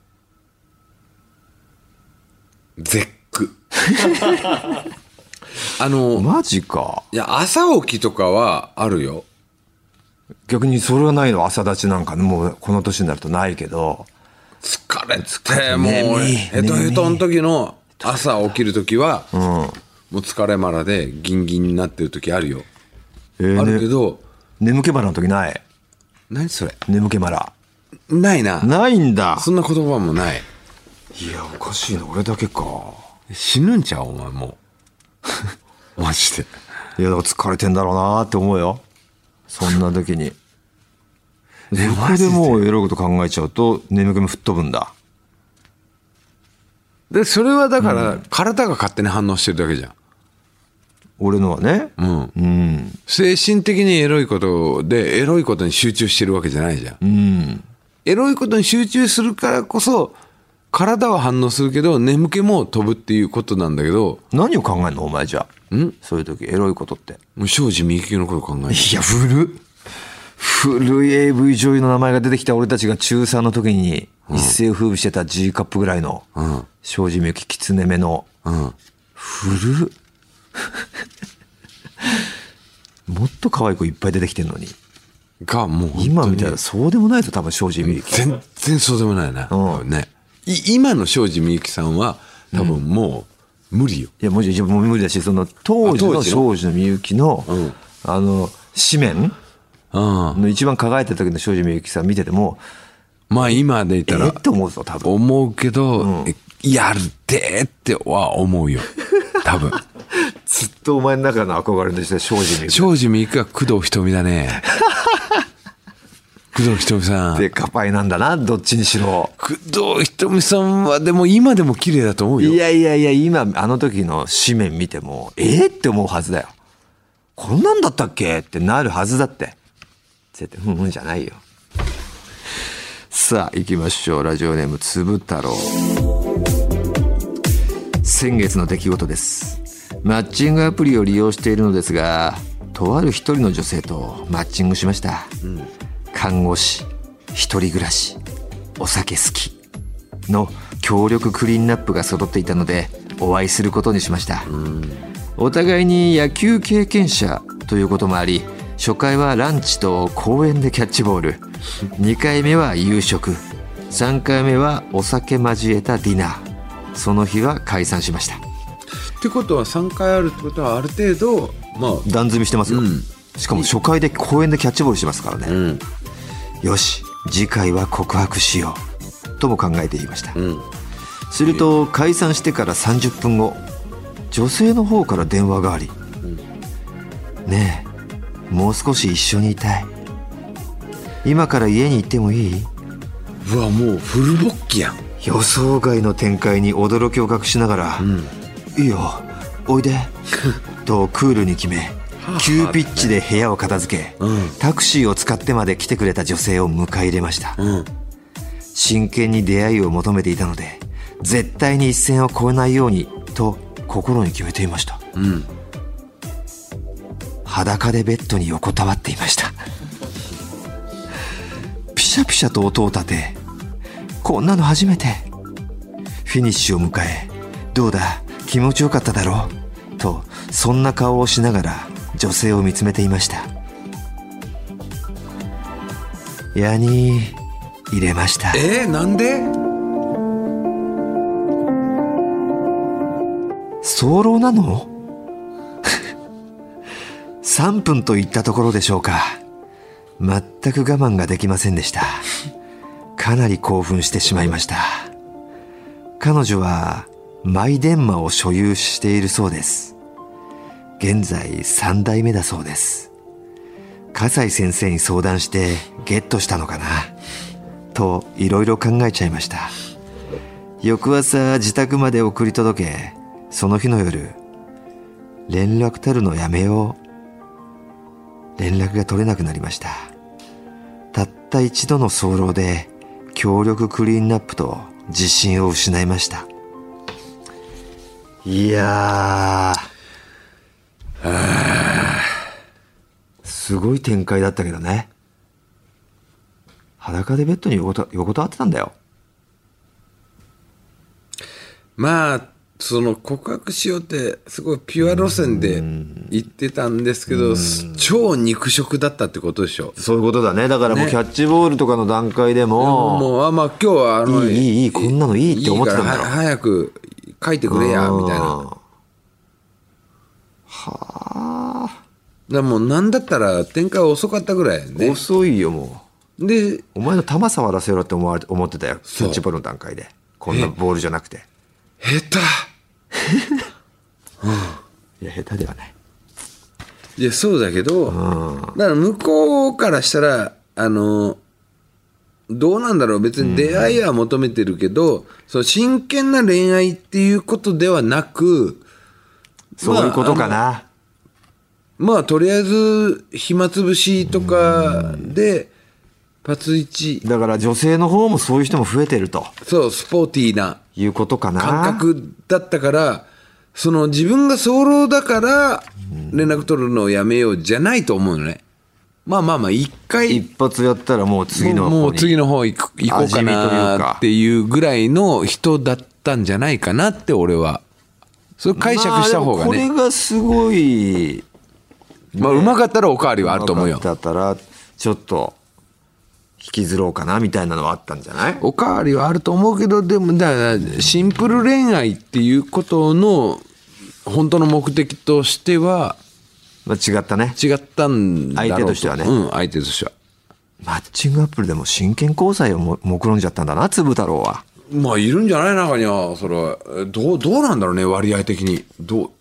絶句。あのマジか。 いや朝起きとかはあるよ。 逆にそれはないの。朝立ちなんかもうこの年になるとないけど。 疲れてもうヘトヘトの時の朝起きる時は、うん、もう疲れまらでギンギンになってる時あるよ、えー、あるけど、 ね、眠気まらの時ない。 何それ眠気まらないな。 ないんだ。 そんな言葉もない。 いやおかしいな俺だけか。 死ぬんちゃうお前もうマジで。 いやだから疲れてんだろうなって思うよそんな時に。そこでもうエロいこと考えちゃうと眠気も吹っ飛ぶんだ。 でそれはだから、うん、体が勝手に反応してるだけじゃん俺のはね、 うんうん、精神的にエロいことでエロいことに集中してるわけじゃないじゃん、うん、エロいことに集中するからこそ体は反応するけど眠気も飛ぶっていうことなんだけど。 何を考えんのお前じゃあ。んそういう時エロいことってもう庄司みゆきのこと考える。 いや古っ古い エーブイ 女優の名前が出てきた俺たちが中さんの時に一世を風靡してた G カップぐらいの庄司みゆききつね目の、うん、古っもっと可愛い子いっぱい出てきてんのにがもう今みたいなそうでもないと多分庄司みゆき全然そうでもないな、うん、ね今の庄司みゆきさんは多分もう無理よ、 うん、いやもちろん無理だしその当時の庄司みゆきの、うん、あの紙面の一番輝いてた時の庄司みゆきさん見ててもまあ今で言ったらえって思うぞ多分思うけど、うん、やるでっては思うよ多分ずっとお前の中の憧れとして庄司みゆき庄司みゆきは工藤瞳だね工藤ひとみさんでかパイなんだな、どっちにしろ。 工藤ひとみさんはでも今でも綺麗だと思うよ。 いやいやいや、今あの時の紙面見てもえー、って思うはずだよ。こんなんだったっけってなるはずだって。絶対うんうんじゃないよ。さあ行きましょう。ラジオネームつぶ太郎。先月の出来事です。マッチングアプリを利用しているのですが、とある一人の女性とマッチングしました、うん、看護師、一人暮らし、お酒好きの強力クリーンナップが揃っていたのでお会いすることにしました、うん、お互いに野球経験者ということもあり、初回はランチと公園でキャッチボール、にかいめは夕食、さんかいめはお酒交えたディナー。その日は解散しました。 ってことはさんかいあるってことはある程度、まあ、 段積みしてますよ、うん、しかも初回で公園でキャッチボールしてますからね、うん、よし次回は告白しようとも考えていました、うん、すると解散してからさんじゅっぷんご、女性の方から電話があり、うん、ねえもう少し一緒にいたい、今から家に行ってもいい？ うわもうフルボッキやん。 予想外の展開に驚きを隠しながら、うん、いいよおいでとクールに決め急ピッチで部屋を片付け、うん、タクシーを使ってまで来てくれた女性を迎え入れました、うん、真剣に出会いを求めていたので絶対に一線を越えないようにと心に決めていました、うん、裸でベッドに横たわっていました。ピシャピシャと音を立て、こんなの初めて。フィニッシュを迎え、どうだ気持ちよかっただろうと、そんな顔をしながら女性を見つめていました。矢に入れました。 えー、なんで？ 早漏なの？さんぷんといったところでしょうか。全く我慢ができませんでした。かなり興奮してしまいました。彼女はマイ電マを所有しているそうです。現在さんだいめだそうです。笠井先生に相談してゲットしたのかなといろいろ考えちゃいました。翌朝自宅まで送り届け、その日の夜連絡取るのやめよう、連絡が取れなくなりました。たった一度の早漏で強力クリーンナップと自信を失いました。いやー、すごい展開だったけどね。裸でベッドに横た、横たわってたんだよ。 まあその告白しようってすごいピュア路線で言ってたんですけど、超肉食だったってことでしょ。 そういうことだね。だからもうキャッチボールとかの段階でも、 ね、もうあまあ今日はあのいいいいいいこんなのいいって思ってたんだろ。 いいから早く書いてくれやみたいな。 はあ。 だもうなんだったら展開遅かったぐらいね。 遅いよもう。でお前の球触らせろって思われ思ってたよ。キャッチボールの段階でこんなボールじゃなくて。 下手、 うん、いや下手ではない。 いやそうだけど、うん、だから向こうからしたらあのどうなんだろう、別に出会いは求めてるけど、うん、その真剣な恋愛っていうことではなく、 そういうことかな。 まあ、まあ、とりあえず暇つぶしとかでパツイチだから女性の方もそういう人も増えてると。 そうスポーティーないうことかな感覚だったから、その自分が早漏だから連絡取るのをやめようじゃないと思うのね。まあまあまあ一回一発やったらもう次の方にもう次の方行こうかなっていうぐらいの人だったんじゃないかなって俺はそれ解釈した方がね、 まあ、これがすごい、 ね、まあうまかったらおかわりはあると思うよ。 うまかったらちょっと引きずろうかなみたいなのはあったんじゃない？ おかわりはあると思うけど、でもだからシンプル恋愛っていうことの本当の目的としては、 まあ、違ったね。 違ったんだろうと。 相手としてはね。 うん、相手としては。 マッチングアプリでも真剣交際をも目論んじゃったんだな、つぶ太郎は。 まあいるんじゃない中には。それはどうどうなんだろうね、割合的に。どう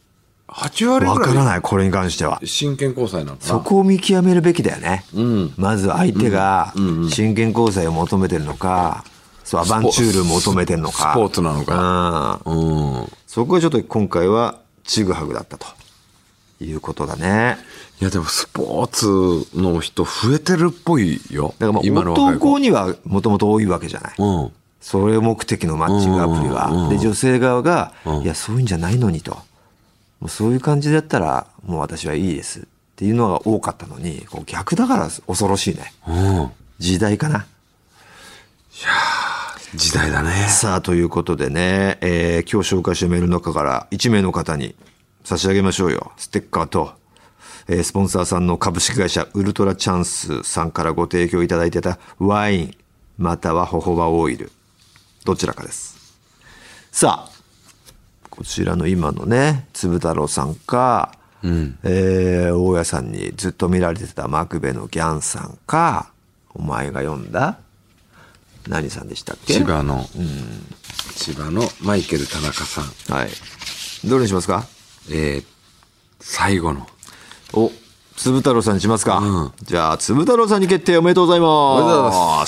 はち割ぐらいわからない、これに関しては。 真剣交際なのかな。 そこを見極めるべきだよね、 うん、 まず相手が真剣交際を求めてるのか、そうアバンチュール求めてるのか、 スポーツなのか、 うん、うん、そこがちょっと今回はちぐはぐだったということだね。 いやでもスポーツの人増えてるっぽいよ。 だからまあ今の男にはもともと多いわけじゃない、 うん、 それ目的のマッチングアプリは、うんうんうん、で女性側が、 うん、 いやそういうんじゃないのにと、もうそういう感じだったらもう私はいいですっていうのが多かったのに、こう逆だから恐ろしいね、 うん、 時代かな。いや時代だね。 さあということでね、えー、今日紹介したメールの中からいち名の方に差し上げましょうよ。ステッカーと、えー、スポンサーさんの株式会社ウルトラチャンスさんからご提供いただいてたワインまたはホホバオイル、どちらかです。さあこちらの今のねつぶ太郎さんか、うん、えー、大家さんにずっと見られてたマクベのギャンさんか、お前が読んだ何さんでしたっけ。 千葉の、うん、千葉のマイケル田中さん。 はい、どれにしますか。 えー、最後のおつぶ太郎さんにしますか、 うん、 じゃあつぶ太郎さんに決定。おめでとうございます。 おめでとうございます。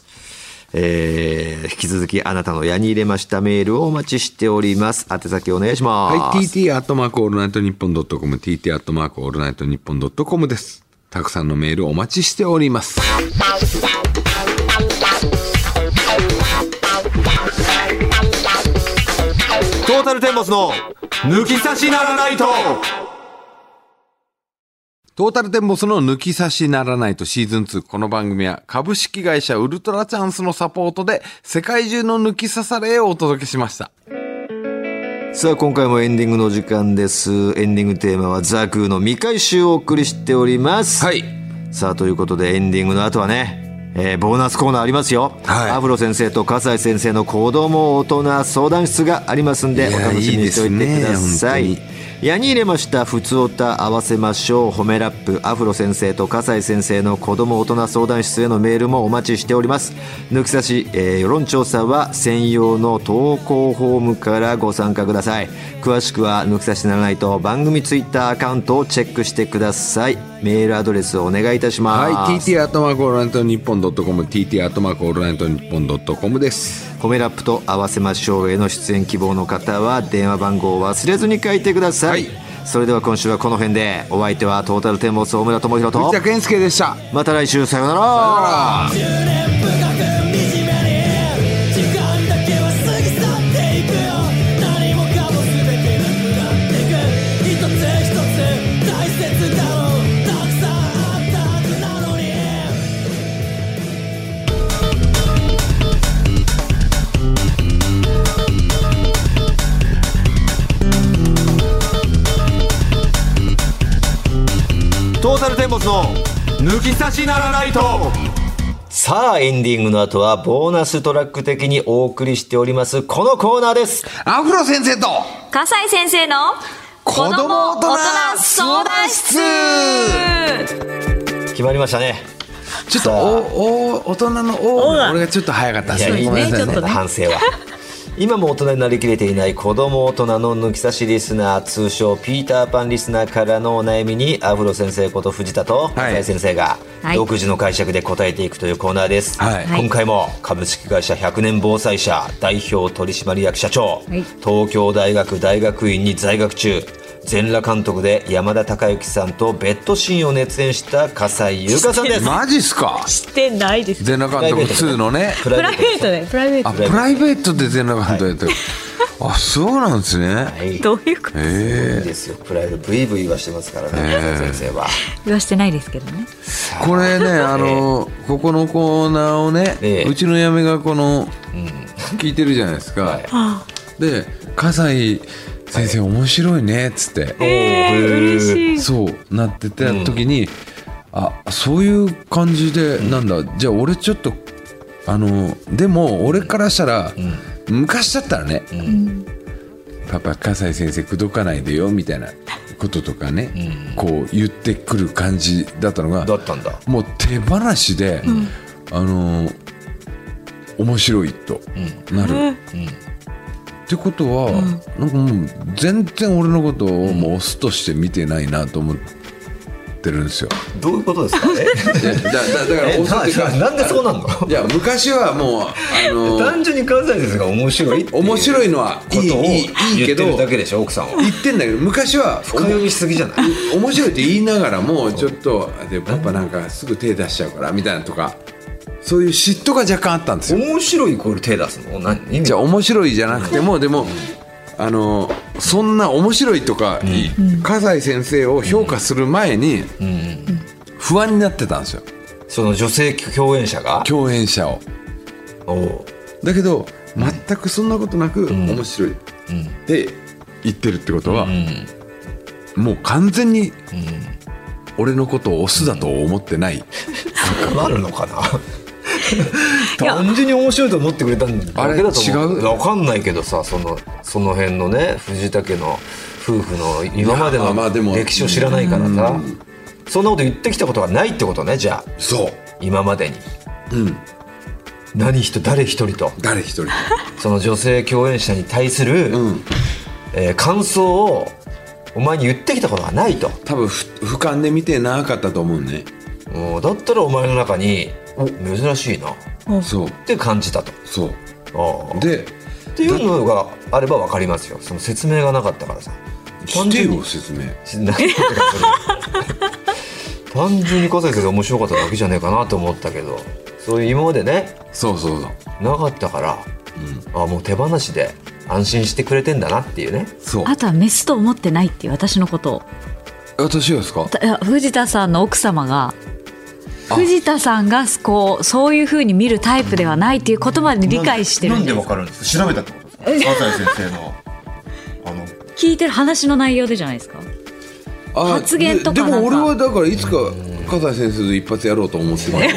えー、引き続きあなたの矢に入れましたメールをお待ちしております。宛先お願いします。 はい、ティーティー アットマークオールナイトニッポンドットコム ティーティー アットマークオールナイトニッポンドットコムです。たくさんのメールお待ちしております。 トータルテンボスの抜き差しならないと。 トータルテンボスの抜き差しならないとシーズンツー。この番組は株式会社ウルトラチャンスのサポートで世界中の抜き差されをお届けしました。 さあ今回もエンディングの時間です。エンディングテーマはザクーの未回収をお送りしております。 はい。 さあということでエンディングの後はね、えー、ボーナスコーナーありますよ、はい、アフロ先生と笠井先生の子ども大人相談室がありますんで、お楽しみにしておいてください。矢に入れましたふつおた合わせましょう褒めラップ。アフロ先生と笠井先生の子ども大人相談室へのメールもお待ちしております。抜き差し、えー、世論調査は専用の投稿フォームからご参加ください。詳しくは抜き差しならないと番組ツイッターアカウントをチェックしてください。メールアドレスをお願いいたします。 はい、ティーティー アットマークオールナイトニッポンドットコム ティーティー アットマークオールナイトニッポンドットコムです。 褒めラップと合わせましょうへの出演希望の方は電話番号を忘れずに書いてください、はい。それでは今週はこの辺で。お相手はトータルテンボス大村智広と藤田健介でした。 また来週、さようなら。さようなら。トータルテンボスの抜き差しならないと。さあエンディングの後はボーナストラック的にお送りしておりますこのコーナーです。 アフロ先生と笠井先生の子ども大人相談室。 決まりましたね。 ちょっとおお大人のお俺がちょっと早かったですね。 ごめんなさいね、反省は。今も大人になりきれていない子供大人の抜き差しリスナー、通称ピーターパンリスナーからのお悩みにアフロ先生こと藤田と笠井先生が独自の解釈で答えていくというコーナーです、はい、今回も株式会社ひゃくねん防災社代表取締役社長、はい、東京大学大学院に在学中、全裸監督で山田孝之さんとベッドシーンを熱演した笠井優香さんです。 マジっすか。 知ってないです。 全裸監督ツーのねプライベートでプライベートでプライベートで全裸監督やってる、はい、あ、そうなんですね、はい、 どういうこと。 えー、いいですよ。プライベートブイブイはしてますからね、えー、先生は言わしてないですけどね。 これね、あのここのコーナーをね、えー、うちの嫁がこの、うん、聞いてるじゃないですか、はい、で笠井先生面白いねっつって、 えー、嬉しい。 そうなってた時に、うん、あ、そういう感じで、うん、なんだ、じゃあ俺ちょっとあのでも俺からしたら、うん、昔だったらね、うん、パパ笠井先生口説かないでよみたいなこととかね、うん、こう言ってくる感じだったのが、 だったんだ。 もう手放しで、うん、あの面白いとなる、うんうん、 ってことは、うん、なんかもう全然俺のことをもうオスとして見てないなと思ってるんですよ。 どういうことですかね。 だ, だ, だからオスってかなんでそうなんの。 いや昔はもう、あのー、 単純に関西先生が面白いっていう面白いのはことをいいいいけど言ってるだけでしょ奥さんは。 言ってんだけど昔は深読みしすぎじゃない。 面白いって言いながらもちょっとでパパなんかすぐ手出しちゃうからみたいなとか。そういう嫉妬が若干あったんですよ。 面白いイコール手出すの何？ じゃあ面白いじゃなくても、うん、でもあのそんな面白いとか、うん、笠井先生を評価する前に、うん、不安になってたんですよ。 その女性共演者が共演者をおだけど全くそんなことなく、うん、面白いって言ってるってことは、うん、もう完全に、うん、俺のことをオスだと思ってない、 うん、なるのかな。単純に面白いと思ってくれたんだけだと思う。分かんないけどさ、そのその辺のね藤田家の夫婦の今までの歴史を知らないからさ、そんなこと言ってきたことがないってことね。じゃあそう今までに、うん、何人誰一人と誰一人その女性共演者に対する、うんえー、感想をお前に言ってきたことがないと。 多分ふ俯瞰で見てなかったと思うね。 うん、だったらお前の中にお珍しいなそうって感じたと。 そうあでっていうのがあれば分かりますよ。その説明がなかったからさ。 してよ説明単純に笠井先生が面白かっただけじゃねえかなと思ったけど、そういう今までねそうそうそうなかったから、うん、あもう手放しで安心してくれてんだなっていうね。 そうあとはメスと思ってないっていう私のことを。 私がですか。 いや藤田さんの奥様が藤田さんがこうそういう風に見るタイプではないっていうことまで理解してるんです。 なんでわかるんですか。調べたってことですか。笠井先生のあの聞いてる話の内容でじゃないですか。あ発言とかなんか。 でも俺はだからいつか笠井先生と一発やろうと思ってます。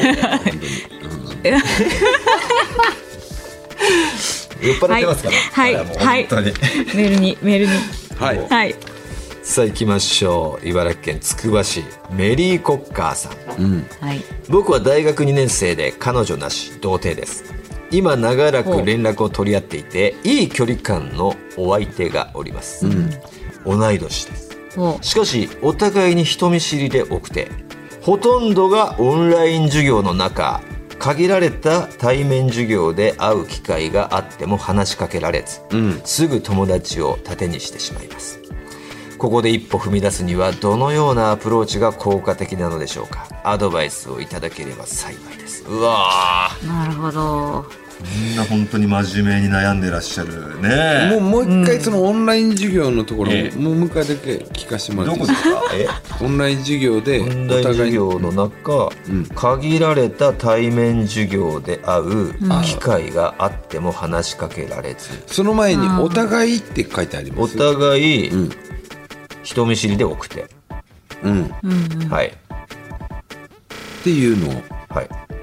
酔っ払ってますから。 はいはい、はい、メールにメールにはい、 はい、 さあ行きましょう。茨城県つくば市メリー・コッカーさん、うんはい、 僕は大学にねん生で彼女なし童貞です。今長らく連絡を取り合っていていい距離感のお相手がおります、うん、同い年です。しかしお互いに人見知りで多くてほとんどがオンライン授業の中限られた対面授業で会う機会があっても話しかけられず、うん、すぐ友達を盾にしてしまいます。ここで一歩踏み出すにはどのようなアプローチが効果的なのでしょうか。アドバイスをいただければ幸いです。うわーなるほど。 みんな本当に真面目に悩んでらっしゃるね。 もう、もう一回そのオンライン授業のところ、えー、もう一回だけ聞かせてもらっていいですか。えオンライン授業でオンライン授業の中、うん、限られた対面授業で会う機会があっても話しかけられず、 うん、その前にお互いって書いてあります。 お互い、うん人見知りで多くて、 うん、 はい。 っていうのを、 はい。はい。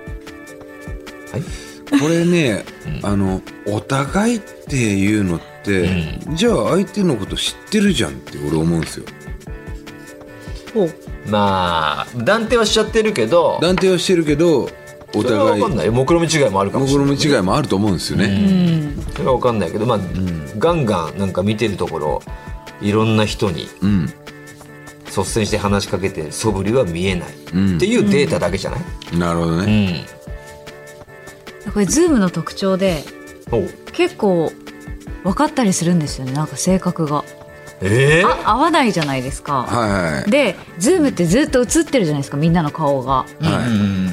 これね、うん、あのお互いっていうのって、うん、じゃあ相手のこと知ってるじゃんって俺思うんですよ。 おまあ断定はしちゃってるけど、 断定はしてるけど、お互いそれは分かんない。 目論見違いもあるかもしれない、ね。 目論見違いもあると思うんですよね。 うん、それは分かんないけど、まあ、うん、ガンガンなんか見てるところ。いろんな人に率先して話しかけて素振りは見えないっていうデータだけじゃない、 うん、なるほどね、 うん、これ Zoom の特徴で結構分かったりするんですよね。なんか性格が、 えー、 あ合わないじゃないですか、 はいはい、 で Zoom ってずっと映ってるじゃないですかみんなの顔が、はい、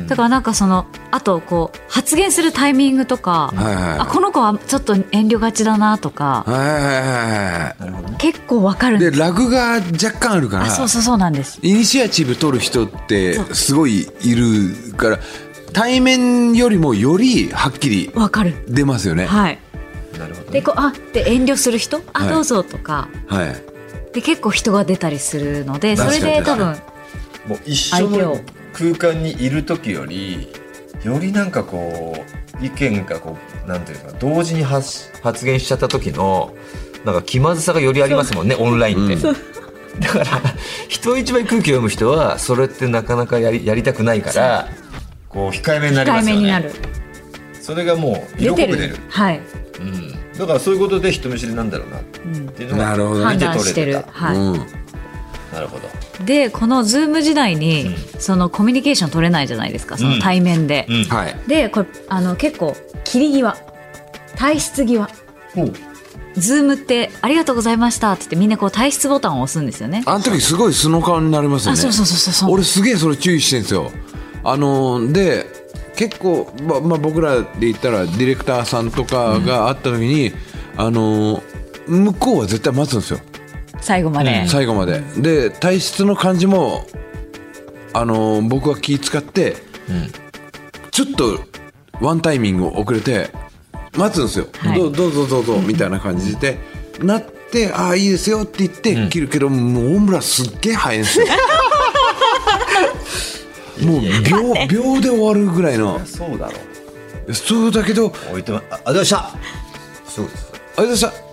だからなんかそのあとこう発言するタイミングとか、はいはい、あこの子はちょっと遠慮がちだなとか、 はいはいはい、 結構わかるんです。 でラグが若干あるから。 あそうそうそうなんです。 イニシアチブ取る人ってすごいいるから対面よりもよりはっきりわかる出ますよね。 はい。 なるほどね、 でこうあで遠慮する人あ、はい、どうぞとか、 はい、 で結構人が出たりするのでそれで多分もう一緒の空間にいる時よりよりなんかこう意見がこうなんていうか同時に 発, 発言しちゃった時のなんか気まずさがよりありますもんねオンラインって、うん、だから人一倍空気を読む人はそれってなかなかや り, やりたくないからこう控えめになりますよね。 控えめになる。 それがもう色濃く出る。 はい、 うんだからそういうことで人見知りなんだろうなっていうのが、 なるほど、 判断してる、はい、うん、 なるほど。 でこのズーム時代に、うん、そのコミュニケーション取れないじゃないですか、その対面で、 うんうん、はい、 でこれあの結構切り際、退出際、ズームってありがとうございましたって言ってみんなこう退出ボタンを押すんですよね。 あの時すごい素の顔になりますよね。 あ、そうそうそうそう、 俺すげえそれ注意してるんですよ。あので結構、ままあ、僕らで言ったらディレクターさんとかが会った時に、うん、あの向こうは絶対待つんですよ、 最後まで、 うん、最後までで退出の感じもあの僕は気使って、うん、ちょっとワンタイミング遅れて待つんですよ、はい、ど, どうぞどうぞみたいな感じで、うん、なってああいいですよって言って切るけど、うん、もう大村すっげえ早いんですよもう 秒, 秒で終わるぐらいの。 そうだろう。そうだけど置いてまあありがとうございました。そうです。 ありがとうございました。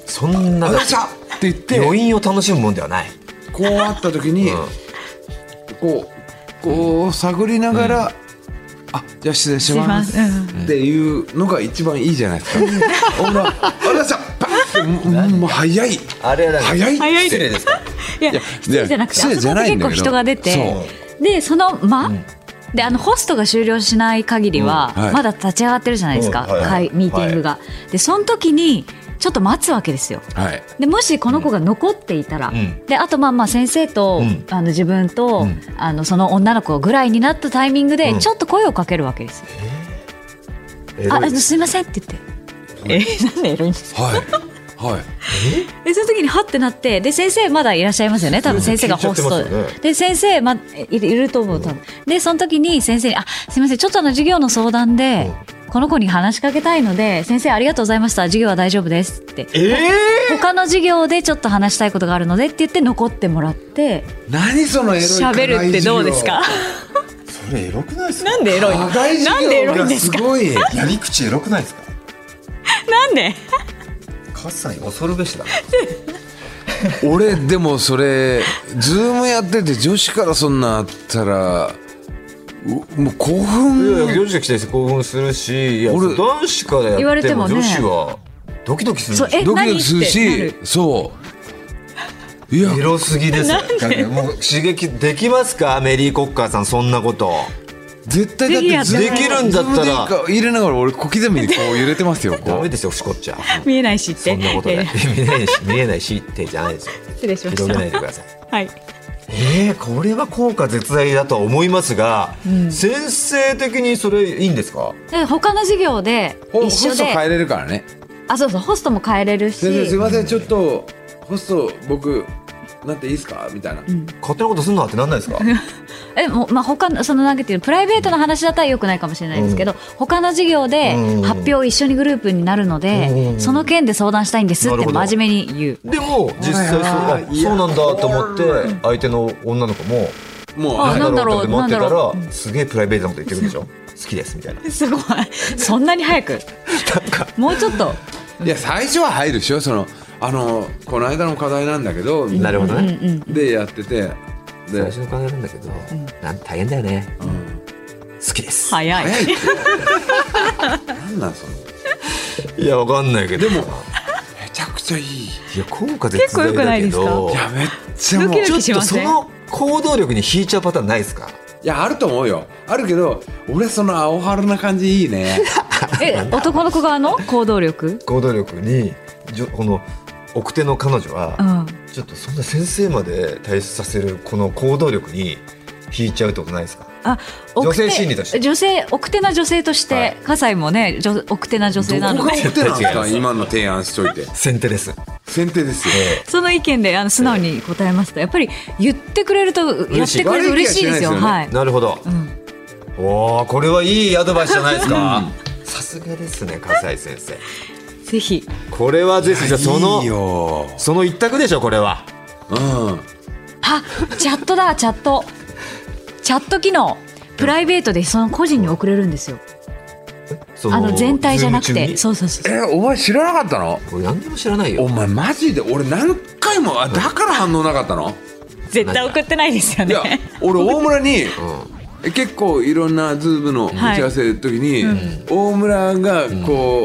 そんなありがとうございましたって言って余韻を楽しむもんではない。 こうあった時に、うん、こうこう探りながら、うん、あ、じゃあ失礼しますっていうのが一番いいじゃないですか。ほら、ありがとうございました。パッてもう早い。 あれは早い。 早い失礼ですか。 いや失礼じゃなくて、あそこって結構人が出て。でその間、うん、であのホストが終了しない限りは、うん、はい、まだ立ち上がってるじゃないですか、うん、はいはい、ミーティングが、はい、でその時にちょっと待つわけですよ、はい、でもしこの子が残っていたら、うん、であとまあまあ先生と、うん、あの自分と、うん、あのその女の子ぐらいになったタイミングでちょっと声をかけるわけですよ、うん、ああすいませんって言って、えー、なんでエロいんですか、はいはい、 でその時にハッてなってで先生まだいらっしゃいますよね、多分先生がホスト、ね、で先生、ま、いると思う多分、うん、でその時に先生にあすいませんちょっとあの授業の相談で、うん、この子に話しかけたいので先生ありがとうございました授業は大丈夫ですって、 えー、 他の授業でちょっと話したいことがあるのでって言って残ってもらって何そのエロい喋るってどうですかそれエロくないですか。 なんでエロいなんでエロいんですか。 すごいやり口エロくないですかなんで葛西恐るべしだ俺でもそれズームやってて女子からそんなあったらもう興奮。 いやいや女子が来て興奮するし、いや俺男子からやっても女子はドキドキするでしょ。 ドキドキするし、そういやエロすぎですよもう刺激できますかメリー・コッカーさん、そんなこと絶対だってできるんだったら入れながら俺小刻みにこう揺れてますよ。 ダメですよしこっちゃ見えないしってそんなことで、えー、見えないし見えないしってじゃないですよ。 失礼しました。 広げないでくださいはいえー、これは効果絶大だとは思いますが、うん、先生的にそれいいんですか。 で他の授業で一緒でホスト変えれるからね。 あそうそうホストも変えれるし先生すいませんちょっとホスト僕なっていいですかみたいな、うん、 勝手なことすんなってなんないですかえも、まあ、他のそのなんていうプライベートの話だったらよくないかもしれないですけど、うん、他の授業で発表一緒にグループになるので、うん、その件で相談したいんですって真面目に言う。 でも実際そうそうなんだと思って相手の女の子ももうなんだろうって待ってたらすげえプライベートなこと言ってくるでしょ好きですみたいな。すごいそんなに早くなんかもうちょっといや最初は入るでしょ。そのあのこの間の課題なんだけどなるほどね、 うんうん、でやっててで最初の課題なんだけど、うん、なん大変だよね、うん、好きです早い早いなんなんそのいやわかんないけどでもめちゃくちゃいい。いや効果絶大だけどいやめっちゃもうちょっとその行動力に引いちゃうパターンないですか。 いやあると思うよ。あるけど俺その青春な感じいいねえ男の子側の行動力行動力にこの奥手の彼女は、うん、ちょっとそんな先生まで退出させるこの行動力に引いちゃうってことないですか。あ女性心理として女性奥手な女性として、はい、葛西もね奥手な女性なので。 どこが奥手なんですか今の提案しといて。 先手です先手ですよ、 えー、その意見であの素直に答えました。やっぱり言ってくれるとやってくれると嬉しいですよ。はい、 なるほど、うん、おこれはいいアドバイスじゃないですかさすがですね葛西先生ぜひこれはぜひじゃそのその一択でしょこれは。 うんあチャットだチャットチャット機能プライベートでその個人に送れるんですよ。あの全体じゃなくてそうそうそう。 えお前知らなかったの。 俺何でも知らないよ。 お前マジで俺何回もあだから反応なかったの。 絶対送ってないですよね。いや俺大村に、うん、結構いろんなズームの打ち合わせの時に、はいうん、大村がこう、うん、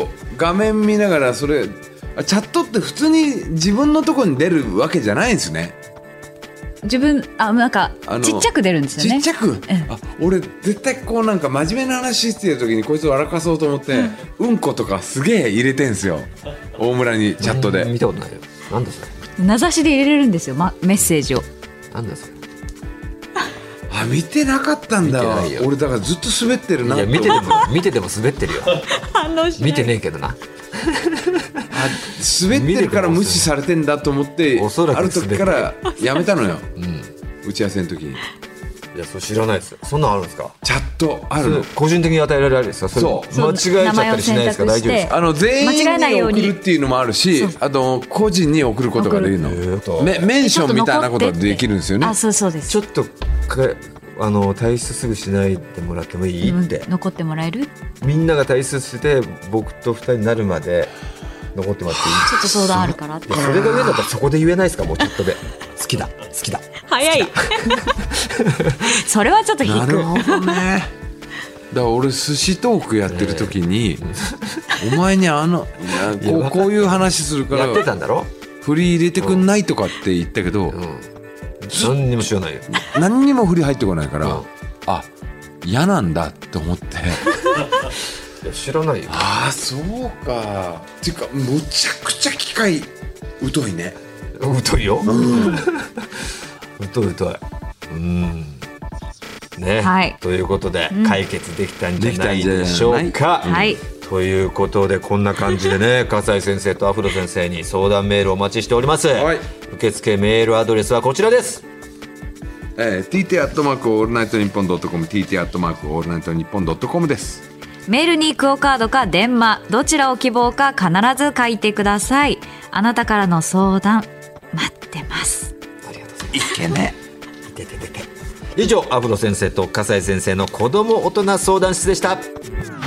画面見ながらそれチャットって普通に自分のところに出るわけじゃないんですね。 自分あなんかちっちゃく出るんですよね。 ちっちゃく、うん、あ俺絶対こうなんか真面目な話してる時にこいつを笑かそうと思って、うん、うんことかすげえ入れてんすよ大村にチャットで。 見たことないよ。なんだそれ。 名指しで入れれるんですよ、ま、メッセージを。 なんだそれ。 あ見てなかったんだわ。俺だからずっと滑ってるな。 いや見てても見てても滑ってるよ。見てねえけどな。 あ滑ってるから無視されてんだと思ってある時からやめたのよ、うん、打ち合わせの時に。 いやそれ知らないです。そんなんあるんですか。 チャットあるの。 個人的に与えられるんですか。そう間違えちゃったりしないですか。大丈夫ですか。 あの全員に送るっていうのもあるし、あと個人に送ることができるの。メ, メンションみたいなことができるんですよね。 あそうそうです。 ちょっとあの退出すぐしないでもらってもいいって、 うん、残ってもらえる。 みんなが退出して僕とふたりになるまで残ってもらっていい。 ちょっと相談あるからって。 それが言えんだったらそこで言えないですか。もうチャットで好きだ好きだ早いそれはちょっと引く。 なるほどね。だから俺寿司トークやってる時に、えー、お前にあのこ う, こういう話するからやってたんだろ。 振り入れてくんないとかって言ったけど、うんうん、 何にも知らないよ。 何にも振り入ってこないから、うん、あ嫌なんだって思っていや知らないよ。 ああそうか。っていうかむちゃくちゃ機械疎いね。 疎いよ、うん、疎い疎いうんね、はい、ということで、うん、解決できたんじゃないでしょうか、 はい、 ということでこんな感じでね笠井先生とアフロ先生に相談メールをお待ちしております、はい、受付メールアドレスはこちらです。 えー、ティーティー アットマークオールナイトニッポンドットコム ティーティー アットマークオールナイトニッポンドットコムです。 メールにクオカードか電話どちらを希望か必ず書いてください。あなたからの相談待ってます。 ありがとうございます。いけねいてててて。以上アフロ先生と笠井先生の子ども大人相談室でした。